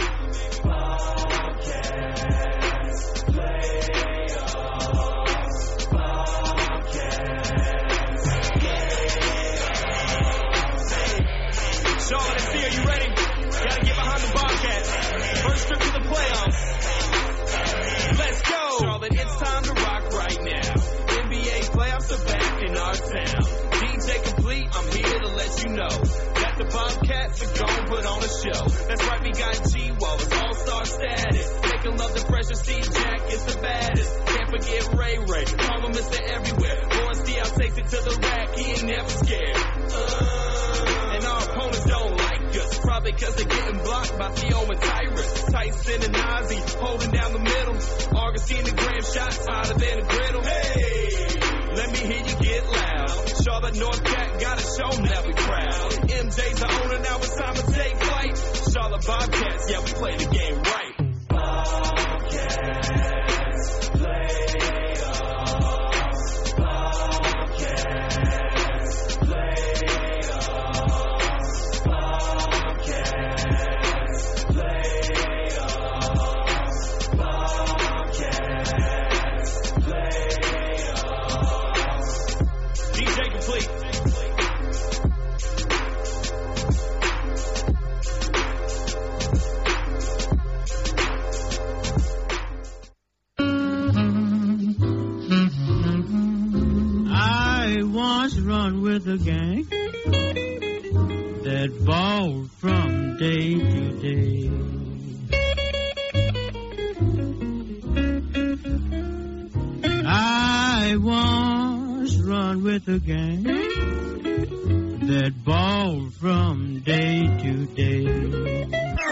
Charlotte, F C, are you ready? Gotta get behind the Bobcats. First trip to the playoffs. Let's go. Charlotte, it's time to rock right now. N B A playoffs are back in our town. D J Complete, I'm here to let you know that the Bobcats are gonna put on a show. That's right, we got G Wallace, all-star status. They can love the pressure, Steve Jack is the baddest. Can't forget Ray Ray, call him Mister Everywhere. Boy, Steele takes it to the rack, he ain't never scared. Uh, and our opponents don't like us, probably cause they're getting blocked by Theo and Tyrus. Tyson and Nazi holding down the middle. Augustine and Graham shots hotter than a griddle. Hey, let me hear you get loud. Charlotte North Cat got a show, now we proud. M J's the owner, now it's time to take flight. Charlotte Bobcats, yeah, we play the game right. Bobcats, playoffs. Bobcats, playoffs. Bobcats, playoffs. Bobcats, playoffs. D J Complete. I once run with a gang that balled from day to day. I once run with a gang that balled from day to day.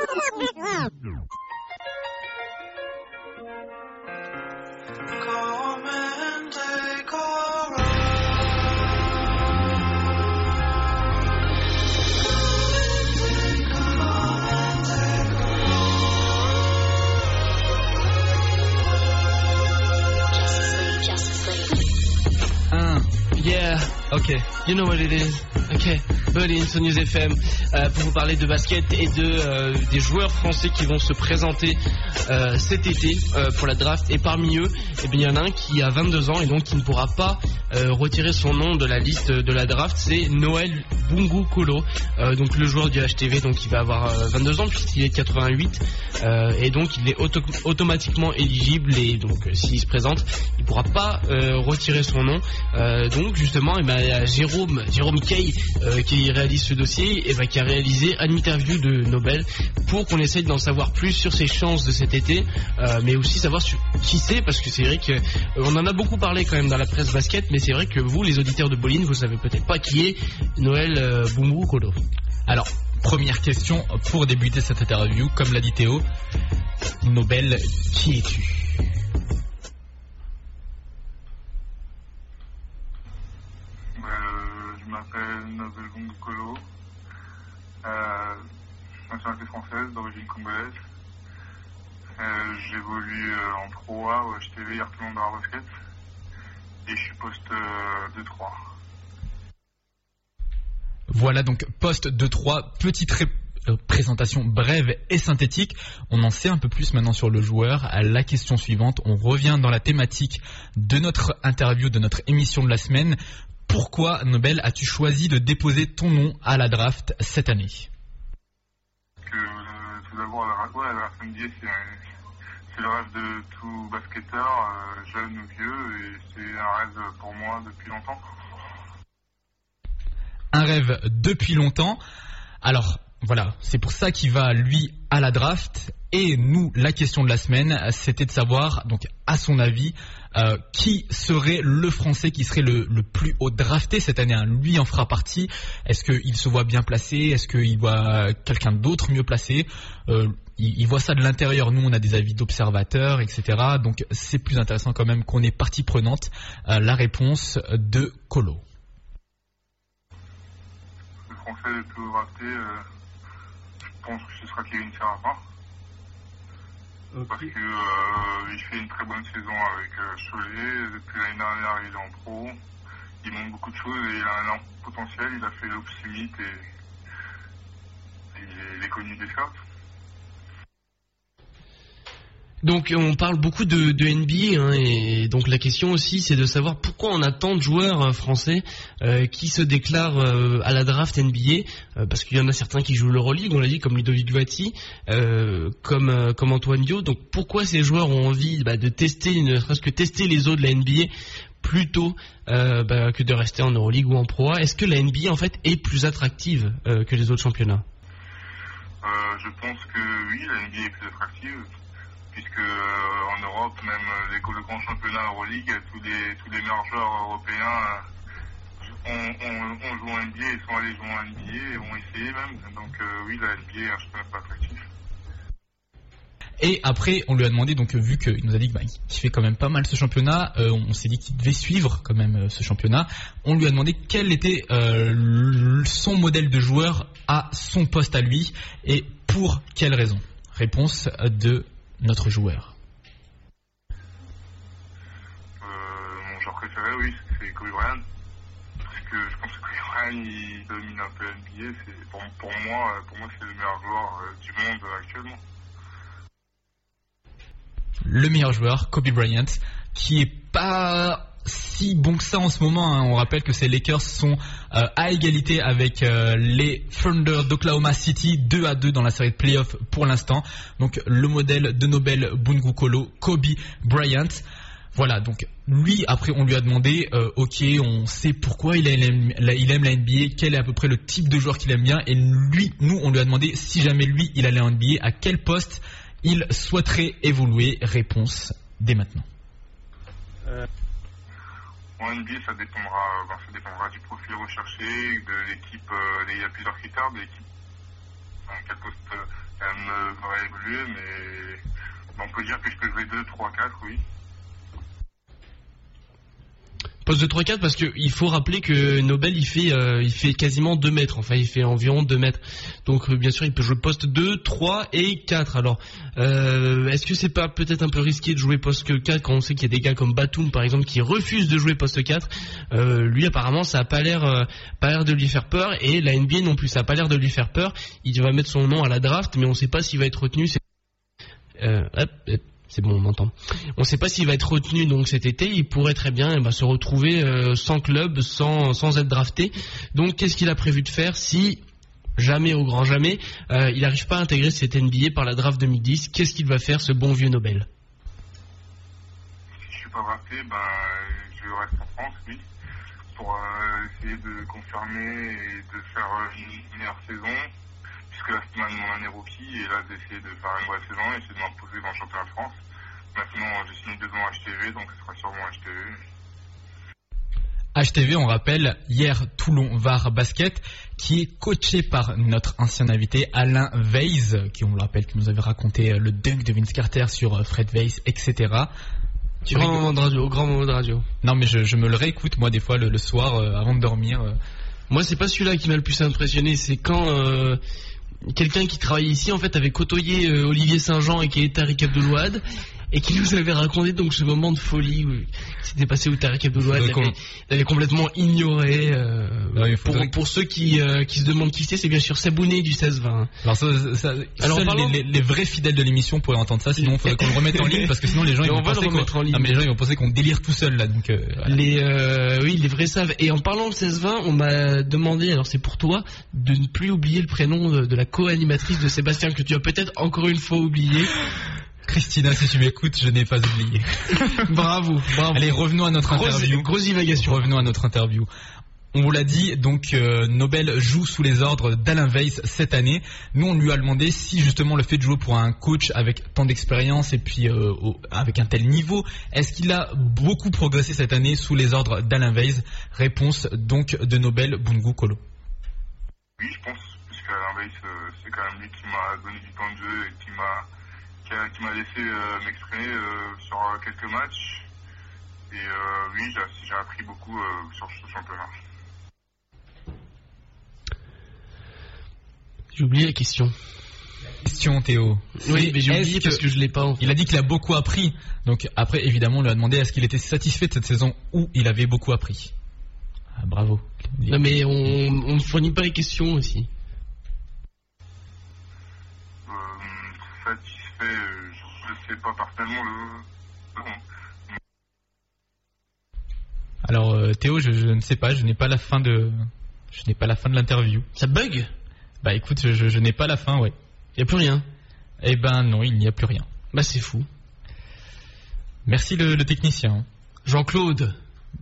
Come and take a Ah, yeah. Ok. You know what it is. Ok. Berlin sur News F M euh, pour vous parler de basket et de euh, des joueurs français qui vont se présenter euh, cet été euh, pour la draft. Et parmi eux, eh bien, il y en a un qui a vingt-deux ans et donc qui ne pourra pas euh, retirer son nom de la liste de la draft. C'est Noël Bungu Kolo, euh, donc le joueur du H T V, donc il va avoir euh, vingt-deux ans puisqu'il est de quatre-vingt-huit euh, et donc il est auto- automatiquement éligible et donc euh, s'il se présente, il pourra pas euh, retirer son nom. Euh, donc justement, eh ben, il y a Jérôme Jérôme Kay euh, qui réalise ce dossier et ben, qui a réalisé une interview de Nobel pour qu'on essaye d'en savoir plus sur ses chances de cet été, euh, mais aussi savoir sur qui c'est, parce que c'est vrai que euh, on en a beaucoup parlé quand même dans la presse basket, mais c'est vrai que vous, les auditeurs de Bolin, vous savez peut-être pas qui est Noël euh, Bungu Kolo. Alors, première question pour débuter cette interview, comme l'a dit Théo. Nobel, qui es-tu? Euh, je m'appelle Nobel Bungu Kolo. Euh, je suis nationalité française, d'origine congolaise. Euh, J'évolue euh, en Pro A au H T V Yartland Basket. Et je suis poste euh, deux trois. Voilà donc poste deux trois, petite ré- euh, présentation brève et synthétique. On en sait un peu plus maintenant sur le joueur. À la question suivante, on revient dans la thématique de notre interview, de notre émission de la semaine. pourquoi, Nobel, as-tu choisi de déposer ton nom à la draft cette année? Que, euh, tout d'abord, la, ouais, la draft N B A, c'est, un, c'est le rêve de tout basketteur, euh, jeune ou vieux, et c'est un rêve pour moi depuis longtemps. Un rêve depuis longtemps. Alors, voilà, c'est pour ça qu'il va, lui, à la draft. Et nous, la question de la semaine, c'était de savoir, donc, à son avis, euh, qui serait le Français qui serait le, le plus haut drafté cette année, hein. Lui en fera partie. Est-ce qu'il se voit bien placé? Est-ce qu'il voit quelqu'un d'autre mieux placé? euh, il, il voit ça de l'intérieur. Nous, on a des avis d'observateurs, et cetera. Donc, c'est plus intéressant quand même qu'on ait partie prenante. Euh, la réponse de Colo. Le Français le plus haut drafté, euh, je pense que ce sera Kevin Seraphin. Okay. Parce que euh, il fait une très bonne saison avec euh, Cholet. Depuis l'année dernière, il est en pro. Il montre beaucoup de choses et il a un énorme potentiel. Il a fait l'Ops Summit et, et il est connu des scouts. Donc on parle beaucoup de, de N B A, hein, et donc la question aussi c'est de savoir pourquoi on a tant de joueurs français euh, qui se déclarent euh, à la draft N B A, euh, parce qu'il y en a certains qui jouent l'Euroleague, on l'a dit, comme Ludovic Vati, euh, comme euh, comme Antoine Dio. Donc pourquoi ces joueurs ont envie bah, de tester, ne serait-ce que tester les eaux de la N B A plutôt euh, bah, que de rester en Euroleague ou en Pro A? Est-ce que la N B A en fait est plus attractive euh, que les autres championnats? euh, Je pense que oui, la N B A est plus attractive. Puisque euh, en Europe, même les, le grand championnat Euroleague, tous les tous les meilleurs joueurs européens euh, ont, ont, ont joué en N B A et sont allés jouer en N B A et ont essayé même. Donc euh, oui, la N B A est un championnat pas attractif. Et après, on lui a demandé, donc vu qu'il nous a dit qu'il bah, fait quand même pas mal ce championnat, euh, on s'est dit qu'il devait suivre quand même euh, ce championnat. On lui a demandé quel était euh, son modèle de joueur à son poste à lui et pour quelle raison. Réponse de notre joueur. Euh, mon joueur préféré, oui, c'est Kobe Bryant. Parce que je pense que Kobe Bryant, il domine un peu N B A. C'est, pour, pour, moi, pour moi, c'est le meilleur joueur euh, du monde euh, actuellement. Le meilleur joueur, Kobe Bryant, qui est pas si bon que ça en ce moment, hein. On rappelle que ces Lakers sont euh, à égalité avec euh, les Thunder d'Oklahoma City, deux à deux dans la série de playoffs pour l'instant. Donc le modèle de Nobel Bungu Kolo, Kobe Bryant. Voilà, donc lui, après on lui a demandé, euh, ok, on sait pourquoi il aime, il aime la N B A, quel est à peu près le type de joueur qu'il aime bien, et lui, nous on lui a demandé si jamais lui il allait en N B A, à quel poste il souhaiterait évoluer. Réponse dès maintenant. Euh... En N B A, ça dépendra, ben, ça dépendra du profil recherché, de l'équipe. Euh, il y a plusieurs critères de l'équipe. Dans quel poste euh, elle me va évoluer, mais ben, on peut dire que je peux jouer deux, trois, quatre, oui. Poste de trois quatre parce que il faut rappeler que Nobel il fait euh, il fait quasiment deux mètres, enfin il fait environ deux mètres. Donc euh, bien sûr il peut jouer poste deux, trois et quatre. Alors euh, est-ce que c'est pas peut-être un peu risqué de jouer poste quatre quand on sait qu'il y a des gars comme Batum par exemple qui refusent de jouer poste quatre? euh, Lui apparemment ça a pas l'air euh, pas l'air de lui faire peur, et la N B A non plus, ça a pas l'air de lui faire peur. Il va mettre son nom à la draft mais on sait pas s'il va être retenu. C'est... Euh, hop, hop. C'est bon, on m'entend. On ne sait pas s'il va être retenu donc cet été. Il pourrait très bien eh ben, se retrouver euh, sans club, sans, sans être drafté. Donc qu'est-ce qu'il a prévu de faire si jamais, au grand jamais, euh, il n'arrive pas à intégrer cette N B A par la draft deux mille dix? Qu'est-ce qu'il va faire, ce bon vieux Nobel? Si je ne suis pas drafté, ben, je reste en France, oui, pour euh, essayer de confirmer et de faire une meilleure saison. Puisque là c'est mon année rookie, et là d'essayer de faire une vraie saison et essayer de m'imposer dans le championnat de France. Maintenant j'ai signé deux ans à H T V, donc ce sera sûrement H T V. H T V, on rappelle, hier Toulon-Var Basket, qui est coaché par notre ancien invité Alain Weiss, qui on le rappelle qui nous avait raconté le dunk de Vince Carter sur Fred Weiss, et cetera. Tu grand moment de radio, grand moment de radio. Non mais je, je me le réécoute moi des fois le, le soir euh, avant de dormir. Euh. Moi c'est pas celui-là qui m'a le plus impressionné, c'est quand euh, quelqu'un qui travaillait ici en fait avait côtoyé euh, Olivier Saint-Jean et qui était Tariq Abdelouad, et qui nous avait raconté donc ce moment de folie où, qui s'était passé où Tarek Abdelouad l'avait, l'avait complètement ignoré. Euh, ouais, pour, faudrait... pour ceux qui, euh, qui se demandent qui c'est, c'est bien sûr Sabouné du seize vingt. Alors, ça, ça, Alors seuls parlant... les, les, les vrais fidèles de l'émission pourraient entendre ça, sinon il faudrait qu'on le remette en ligne parce que sinon les gens, ils vont, penser qu'on... Non, mais les gens ils vont penser qu'on délire tout seul là. Donc, euh, voilà. les, euh, oui, les vrais savent. Et en parlant de seize vingt, on m'a demandé, alors c'est pour toi, de ne plus oublier le prénom de, de la co-animatrice de Sébastien que tu as peut-être encore une fois oublié. Christina, si tu m'écoutes, je n'ai pas oublié. Bravo, bravo. Allez, revenons à notre grosse, interview. Grosse divagation. Revenons à notre interview. On vous l'a dit, donc euh, Nobel joue sous les ordres d'Alain Weiss cette année. Nous, on lui a demandé si justement le fait de jouer pour un coach avec tant d'expérience et puis euh, au, avec un tel niveau, est-ce qu'il a beaucoup progressé cette année sous les ordres d'Alain Weiss? Réponse donc de Nobel Bungu Kolo. Oui, je pense, puisque Alain Weiss, euh, c'est quand même lui qui m'a donné du temps de jeu et qui m'a qui, a, qui m'a laissé euh, m'exprimer euh, sur euh, quelques matchs. Et euh, oui, j'ai, j'ai appris beaucoup euh, sur ce championnat. J'ai oublié la question. Question, Théo. Oui, mais j'ai oublié parce que je l'ai pas. En fait. Il a dit qu'il a beaucoup appris. Donc après, évidemment, on lui a demandé est-ce qu'il était satisfait de cette saison où il avait beaucoup appris. Ah, bravo. Non, mais on ne fournit pas les questions aussi. Euh, satisfait, je ne sais pas personnellement le. Non. Alors euh, Théo, je, je ne sais pas, je n'ai pas la fin de, je n'ai pas la fin de l'interview. Ça bug ? Bah écoute, je, je, je n'ai pas la fin, ouais. Il n'y a plus rien. Eh ben non, il n'y a plus rien. Bah c'est fou. Merci le, le technicien. Jean-Claude.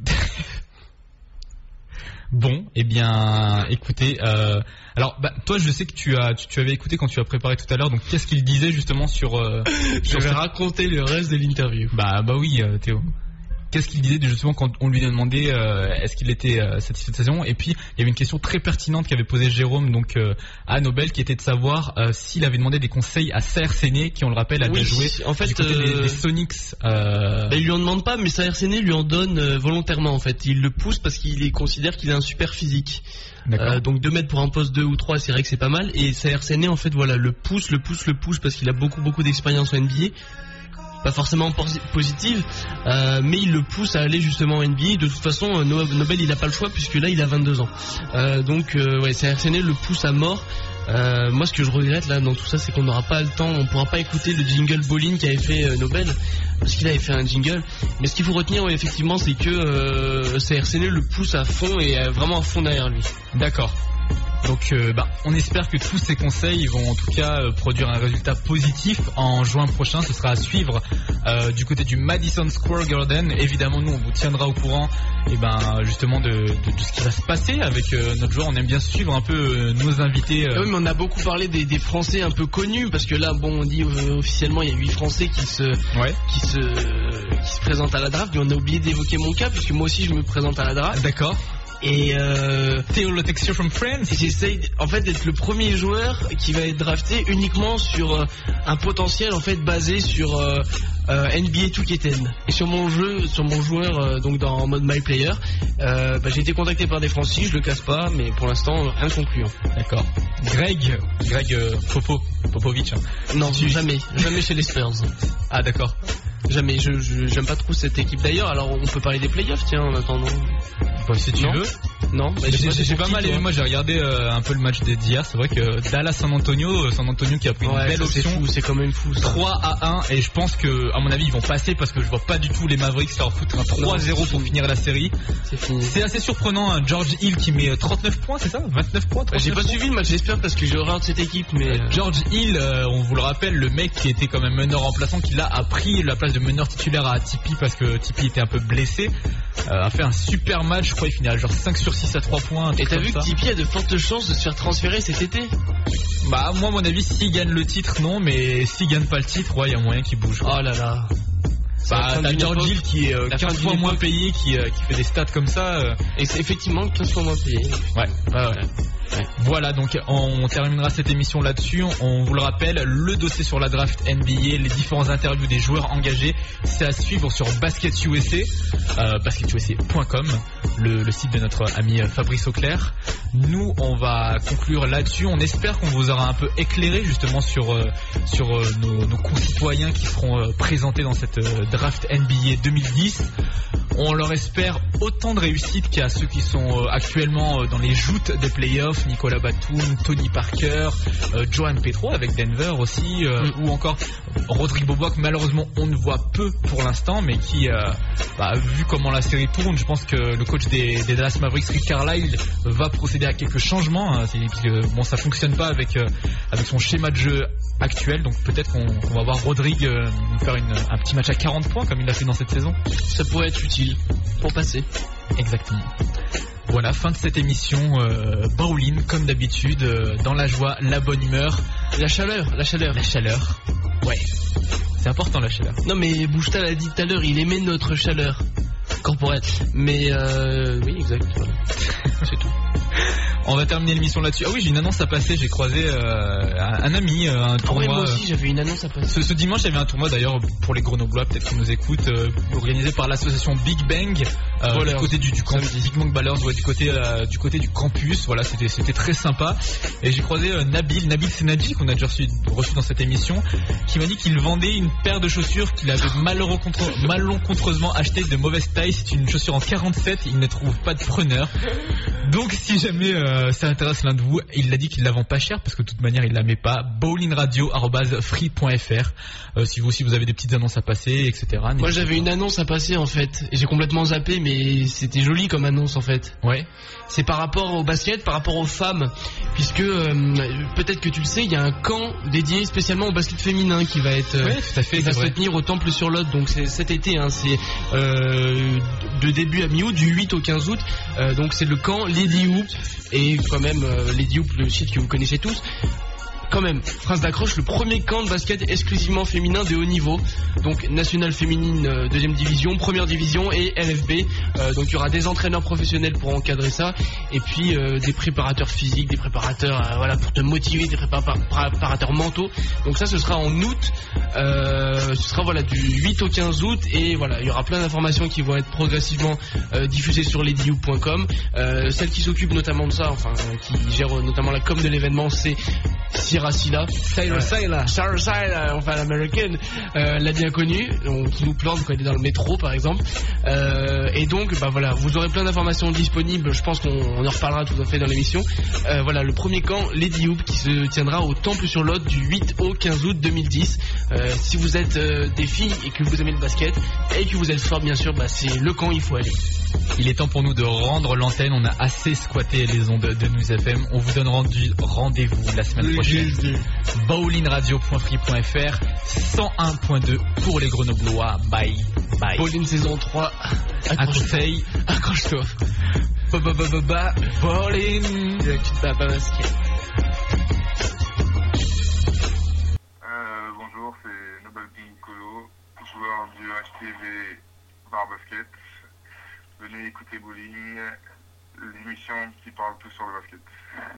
Bon, eh bien, écoutez, euh, alors bah, toi je sais que tu as, tu, tu avais écouté quand tu as préparé tout à l'heure, donc qu'est-ce qu'il disait justement sur... Euh, je vais cette... raconter le reste de l'interview. Bah bah oui euh, Théo. Qu'est-ce qu'il disait justement quand on lui a demandé euh, est-ce qu'il était euh, satisfait de sa saison? Et puis il y avait une question très pertinente qu'avait posée Jérôme donc euh, à Nobel, qui était de savoir euh, s'il avait demandé des conseils à Saher Séné, qui on le rappelle a oui, bien joué en fait, du côté euh... des, des Sonics. Euh... Bah, il lui en demande pas, mais Saher Séné lui en donne euh, volontairement en fait. Il le pousse parce qu'il considère qu'il a un super physique. Euh, donc deux mètres pour un poste deux ou trois, c'est vrai que c'est pas mal. Et Saher Séné en fait voilà le pousse, le pousse, le pousse parce qu'il a beaucoup beaucoup d'expérience en N B A. Pas forcément positive, euh, mais il le pousse à aller justement en N B A. De toute façon, Nobel il a pas le choix puisque là il a vingt-deux ans. Euh, donc euh, ouais, Saher Séné le pousse à mort. Euh, moi ce que je regrette là dans tout ça, c'est qu'on n'aura pas le temps, on pourra pas écouter le jingle Bolin qui avait fait euh, Nobel, parce qu'il avait fait un jingle. Mais ce qu'il faut retenir ouais, effectivement, c'est que euh, Saher Séné le pousse à fond et euh, vraiment à fond derrière lui. D'accord. Donc euh, bah, on espère que tous ces conseils vont en tout cas euh, produire un résultat positif en juin prochain. Ce sera à suivre euh, du côté du Madison Square Garden. Évidemment nous on vous tiendra au courant et ben, justement de, de, de ce qui va se passer avec euh, notre joueur. On aime bien suivre un peu euh, nos invités. Euh... Oui, mais on a beaucoup parlé des, des Français un peu connus parce que là bon on dit euh, officiellement il y a huit Français qui se, ouais. qui, se, euh, qui se présentent à la draft. Mais on a oublié d'évoquer mon cas puisque moi aussi je me présente à la draft. D'accord. Et euh, Théo Le Texture from France. J'essaye en fait d'être le premier joueur qui va être drafté uniquement sur euh, un potentiel en fait basé sur euh, euh, N B A deux K dix et sur mon jeu, sur mon joueur euh, donc dans en mode My Player. Euh, bah, j'ai été contacté par des Français, je le casse pas, mais pour l'instant rien de concluant. D'accord. Greg, Greg euh, Popo, Popovic. Hein. Non, tu... jamais, jamais chez les Spurs. Ah d'accord. Jamais, je, je j'aime pas trop cette équipe d'ailleurs. Alors on peut parler des playoffs, tiens, en attendant. Bah, si tu non. veux. Non, bah, j'ai, j'ai, j'ai pas mal aimé. Moi j'ai regardé euh, un peu le match d'hier. C'est vrai que Dallas San Antonio, San Antonio qui a pris ouais, une belle option. C'est fou, c'est quand même fou. Ça. trois à un et je pense que à mon avis ils vont passer parce que je vois pas du tout les Mavericks leur foutre un trois zéro pour finir la série. C'est fini. C'est assez surprenant. Hein. George Hill qui met trente-neuf points, c'est ça? vingt-neuf points. Bah, j'ai pas suivi le match, j'espère parce que j'ai horreur de cette équipe. Mais euh, George Hill, euh, on vous le rappelle, le mec qui était quand même meneur remplaçant, qui là a pris la place de meneur titulaire à Tipeee parce que Tipeee était un peu blessé, euh, a fait un super match. Je crois il finit à genre cinq sur six à trois points. Et t'as vu ça. Que Tipeee a de fortes chances de se faire transférer cet été? Bah moi à mon avis s'il gagne le titre non, mais s'il gagne pas le titre ouais il y a moyen qu'il bouge. Oh là là. Bah t'as George Hill qui est euh, quinze fois moins payé, qui, euh, qui fait des stats comme ça. Euh... Et c'est effectivement quinze fois moins payé. Ouais, ouais, ouais. Ouais. Voilà, donc on terminera cette émission là-dessus. On vous le rappelle, le dossier sur la draft N B A, les différents interviews des joueurs engagés, c'est à suivre sur Basket U S A, euh, basket U S A point com, le, le site de notre ami Fabrice Auclair. Nous, on va conclure là-dessus. On espère qu'on vous aura un peu éclairé justement sur euh, sur euh, nos, nos concitoyens qui seront euh, présentés dans cette euh, draft N B A deux mille dix. On leur espère autant de réussite qu'à ceux qui sont euh, actuellement euh, dans les joutes des playoffs, Nicolas Batum, Tony Parker, euh, Johan Petro avec Denver aussi, euh, mm. ou encore Rodrigue Bobois, que malheureusement on ne voit peu pour l'instant, mais qui, euh, bah, vu comment la série tourne, je pense que le coach des, des Dallas Mavericks, Rick Carlisle, va procéder à quelques changements, hein, parce que bon, ça fonctionne pas avec euh, avec son schéma de jeu actuel, donc peut-être qu'on, qu'on va voir Rodrigue euh, faire une, un petit match à quarante points comme il l'a fait dans cette saison. Ça pourrait être utile pour passer. Exactement. Voilà, fin de cette émission. euh, Bowling, comme d'habitude, euh, dans la joie, la bonne humeur, La chaleur, la chaleur. la chaleur. Ouais, c'est important la chaleur. Non mais Bouchta l'a dit tout à l'heure, il aimait notre chaleur corporelle. Mais euh, oui, exact. Voilà. C'est tout. On va terminer l'émission là-dessus. Ah oui, j'ai une annonce à passer. J'ai croisé euh, un, un ami, euh, un Ah tournoi. ouais, moi aussi j'avais une annonce à passer. Ce, ce dimanche, il y avait un tournoi d'ailleurs pour les Grenoblois, peut-être qu'ils nous écoutent, euh, organisé par l'association Big Bang, euh, Ballers. du côté du, du campus, Big Bang Ballers, ouais, du côté euh, du côté du campus. Voilà, c'était c'était très sympa. Et j'ai croisé euh, Nabil, Nabil Senadji, qu'on a déjà reçu, reçu dans cette émission, qui m'a dit qu'il vendait une paire de chaussures qu'il avait malencontre- malencontreusement acheté de mauvaise taille. C'est une chaussure en quarante-sept. Il ne trouve pas de preneur. Donc si jamais euh, ça intéresse l'un de vous, il l'a dit qu'il la vend pas cher parce que de toute manière il la met pas. bowlingradio arobase free point f r. Euh, si vous aussi vous avez des petites annonces à passer, et cetera. Moi j'avais une annonce à passer en fait, et j'ai complètement zappé, mais c'était joli comme annonce en fait. Ouais. C'est par rapport au basket, par rapport aux femmes, puisque euh, peut-être que tu le sais, il y a un camp dédié spécialement au basket féminin qui va être, euh, Ouais, tout à fait, qui va c'est se vrai. tenir au Temple-sur-Lot. Donc c'est cet été, hein, c'est euh, de début à mi-août, du huit au quinze août. Euh, donc c'est le camp Lady Hoop, et quand même euh, Lady Hoop, le site que vous connaissez tous. Quand même, phrase d'accroche, le premier camp de basket exclusivement féminin de haut niveau, donc nationale féminine, euh, deuxième division, première division et L F B. Euh, donc il y aura des entraîneurs professionnels pour encadrer ça, et puis euh, des préparateurs physiques, des préparateurs euh, voilà pour te motiver, des prépa- préparateurs mentaux. Donc ça, ce sera en août. Euh, ce sera voilà du huit au quinze août, et voilà, il y aura plein d'informations qui vont être progressivement euh, diffusées sur lady hoop point com. Euh, celle qui s'occupe notamment de ça, enfin qui gère notamment la com de l'événement, c'est Syrah Silla, Sarah Silla, Sarah Silla, enfin l'américaine, euh, l'a bien connue, donc, qui nous plante quand elle est dans le métro par exemple. Euh, et donc, bah voilà, vous aurez plein d'informations disponibles. Je pense qu'on on en reparlera tout à fait dans l'émission. Euh, voilà, le premier camp Lady Hoop qui se tiendra au Temple-sur-Lot du huit au quinze août deux mille dix. Euh, si vous êtes euh, des filles et que vous aimez le basket et que vous êtes fort, bien sûr, bah c'est le camp, il faut aller. Il est temps pour nous de rendre l'antenne. On a assez squatté les ondes de News F M. On vous donne rendu, rendez-vous la semaine prochaine. bowlingradio point free point f r, cent un point deux pour les Grenoblois. Bye bye. Pauline saison trois. Un conseil, Accroche-toi. ba ba ba ba ba, bowling. Bah, bah, basket. Euh, bonjour, c'est Nobel Pincolo, joueur du H T V Bar Basket. Venez écouter Bowling, l'émission qui parle tout sur le basket.